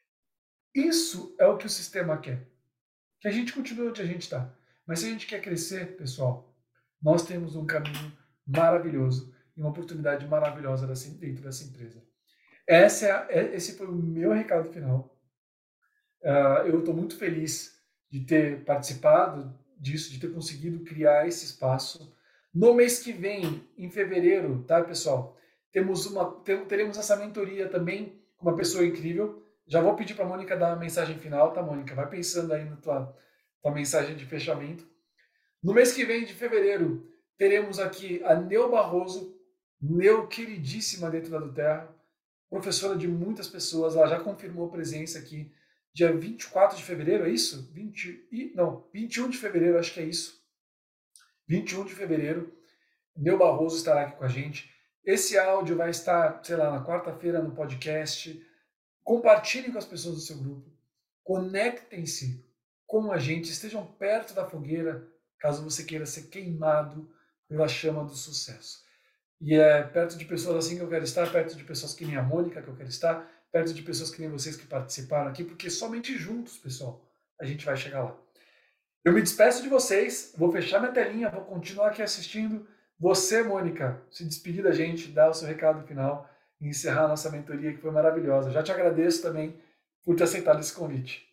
Isso é o que o sistema quer. Que a gente continue onde a gente está. Mas se a gente quer crescer, pessoal, nós temos um caminho maravilhoso e uma oportunidade maravilhosa dentro dessa empresa. Essa é a, esse foi o meu recado final. Uh, eu estou muito feliz de ter participado disso, de ter conseguido criar esse espaço. No mês que vem, em fevereiro, tá, pessoal? Temos uma, teremos essa mentoria também com uma pessoa incrível. Já vou pedir para a Mônica dar uma mensagem final, tá, Mônica? Vai pensando aí na tua, tua mensagem de fechamento. No mês que vem, de fevereiro, teremos aqui a Neu Barroso, Neu queridíssima dentro da Duterra, professora de muitas pessoas. Ela já confirmou presença aqui dia vinte e quatro de fevereiro, é isso? vinte e, não, vinte e um de fevereiro, acho que é isso. vinte e um de fevereiro, Neu Barroso estará aqui com a gente. Esse áudio vai estar, sei lá, na quarta-feira no podcast. Compartilhem com as pessoas do seu grupo. Conectem-se com a gente. Estejam perto da fogueira, caso você queira ser queimado pela chama do sucesso. E é perto de pessoas assim que eu quero estar, perto de pessoas que nem a Mônica que eu quero estar, perto de pessoas que nem vocês que participaram aqui, porque somente juntos, pessoal, a gente vai chegar lá. Eu me despeço de vocês, vou fechar minha telinha, vou continuar aqui assistindo. Você, Mônica, se despedir da gente, dar o seu recado final e encerrar a nossa mentoria, que foi maravilhosa. Já te agradeço também por ter aceitado esse convite.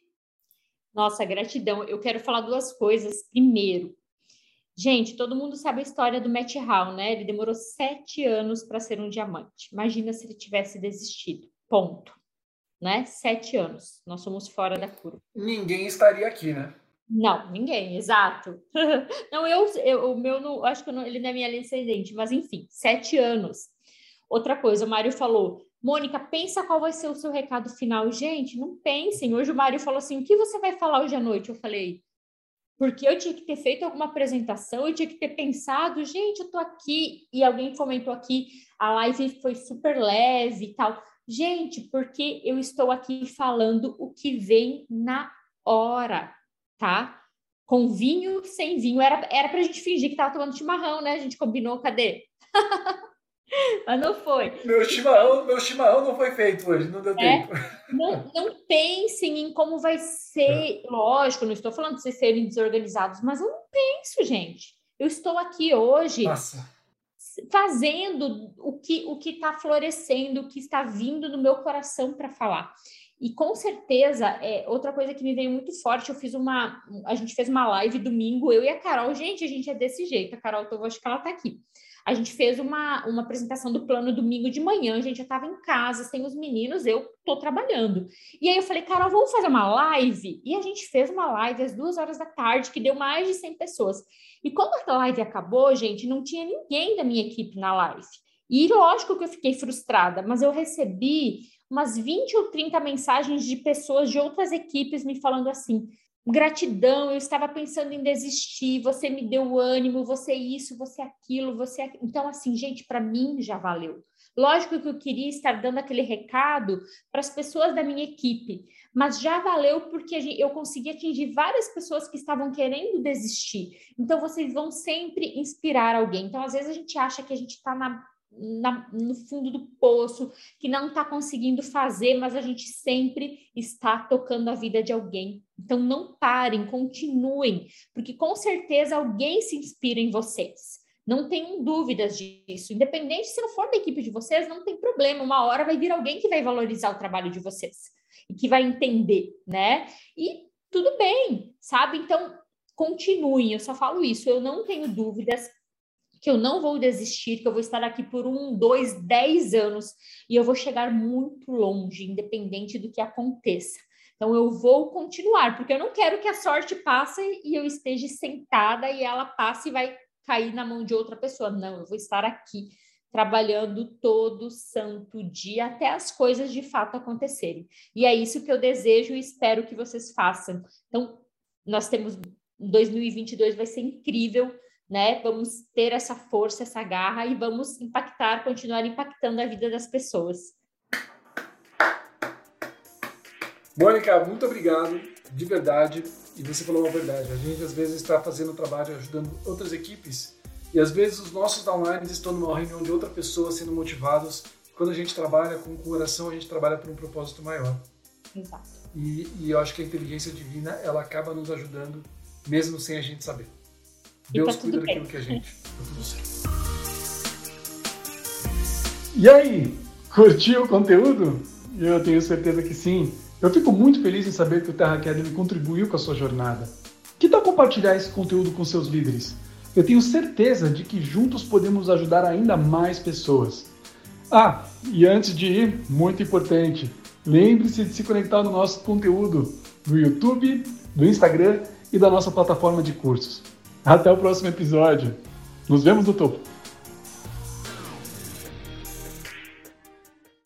Nossa, gratidão. Eu quero falar duas coisas. Primeiro, gente, todo mundo sabe a história do Matt Hall, né? Ele demorou sete anos para ser um diamante. Imagina se ele tivesse desistido. Ponto. Né? Sete anos. Nós somos fora da curva. Ninguém estaria aqui, né? Não, ninguém, exato. Não, eu, eu o meu, não, acho que eu não, ele não é minha linha ascendente, mas enfim, sete anos. Outra coisa, o Mário falou, Mônica, pensa qual vai ser o seu recado final. Gente, não pensem. Hoje o Mário falou assim, o que você vai falar hoje à noite? Eu falei, porque eu tinha que ter feito alguma apresentação, eu tinha que ter pensado, gente, eu tô aqui, e alguém comentou aqui, a live foi super leve e tal. Gente, porque eu estou aqui falando o que vem na hora, tá? Com vinho, sem vinho. Era, era pra gente fingir que tava tomando chimarrão, né? A gente combinou, cadê? Mas não foi. Meu chimarrão, meu chimarrão não foi feito hoje, não deu é? tempo. Não, não pensem em como vai ser. É. Lógico, não estou falando de vocês serem desorganizados, mas eu não penso, gente. Eu estou aqui hoje Nossa. fazendo o que o que está florescendo, o que está vindo no meu coração para falar. E com certeza, é, outra coisa que me veio muito forte, eu fiz uma, a gente fez uma live domingo, eu e a Carol, gente, a gente é desse jeito, a Carol, eu acho que ela está aqui. A gente fez uma, uma apresentação do plano domingo de manhã, a gente já estava em casa, sem os meninos, eu estou trabalhando. E aí eu falei, Carol, vamos fazer uma live? E a gente fez uma live às duas horas da tarde, que deu mais de cem pessoas. E quando a live acabou, gente, não tinha ninguém da minha equipe na live. E lógico que eu fiquei frustrada, mas eu recebi umas vinte ou trinta mensagens de pessoas de outras equipes me falando assim, gratidão, eu estava pensando em desistir, você me deu ânimo, você isso, você aquilo, você aquilo. Então, assim, gente, para mim já valeu. Lógico que eu queria estar dando aquele recado para as pessoas da minha equipe, mas já valeu porque eu consegui atingir várias pessoas que estavam querendo desistir. Então, vocês vão sempre inspirar alguém. Então, às vezes a gente acha que a gente está na Na, no fundo do poço, que não está conseguindo fazer, mas a gente sempre está tocando a vida de alguém. Então, não parem, continuem, porque com certeza alguém se inspira em vocês. Não tenham dúvidas disso. Independente se não for da equipe de vocês, não tem problema. Uma hora vai vir alguém que vai valorizar o trabalho de vocês e que vai entender, né? E tudo bem, sabe? Então, continuem, eu só falo isso, eu não tenho dúvidas que eu não vou desistir, que eu vou estar aqui por um, dois, dez anos e eu vou chegar muito longe, independente do que aconteça. Então, eu vou continuar, porque eu não quero que a sorte passe e eu esteja sentada e ela passe e vai cair na mão de outra pessoa. Não, eu vou estar aqui trabalhando todo santo dia até as coisas de fato acontecerem. E é isso que eu desejo e espero que vocês façam. Então, nós temos dois mil e vinte e dois, vai ser incrível, né? Vamos ter essa força, essa garra e vamos impactar, continuar impactando a vida das pessoas. Mônica, muito obrigado, de verdade. E você falou uma verdade. A gente às vezes está fazendo trabalho, ajudando outras equipes e às vezes os nossos downlines estão numa reunião de outra pessoa sendo motivados. Quando a gente trabalha com o coração, a gente trabalha por um propósito maior. Exato. E, e eu acho que a inteligência divina, ela acaba nos ajudando, mesmo sem a gente saber. Deus tá cuida tudo daquilo bem. que a gente... Tá tudo certo. E aí, curtiu o conteúdo? Eu tenho certeza que sim. Eu fico muito feliz em saber que o Terra Academy contribuiu com a sua jornada. Que tal compartilhar esse conteúdo com seus líderes? Eu tenho certeza de que juntos podemos ajudar ainda mais pessoas. Ah, e antes de ir, muito importante, lembre-se de se conectar no nosso conteúdo do YouTube, do Instagram e da nossa plataforma de cursos. Até o próximo episódio. Nos vemos no topo.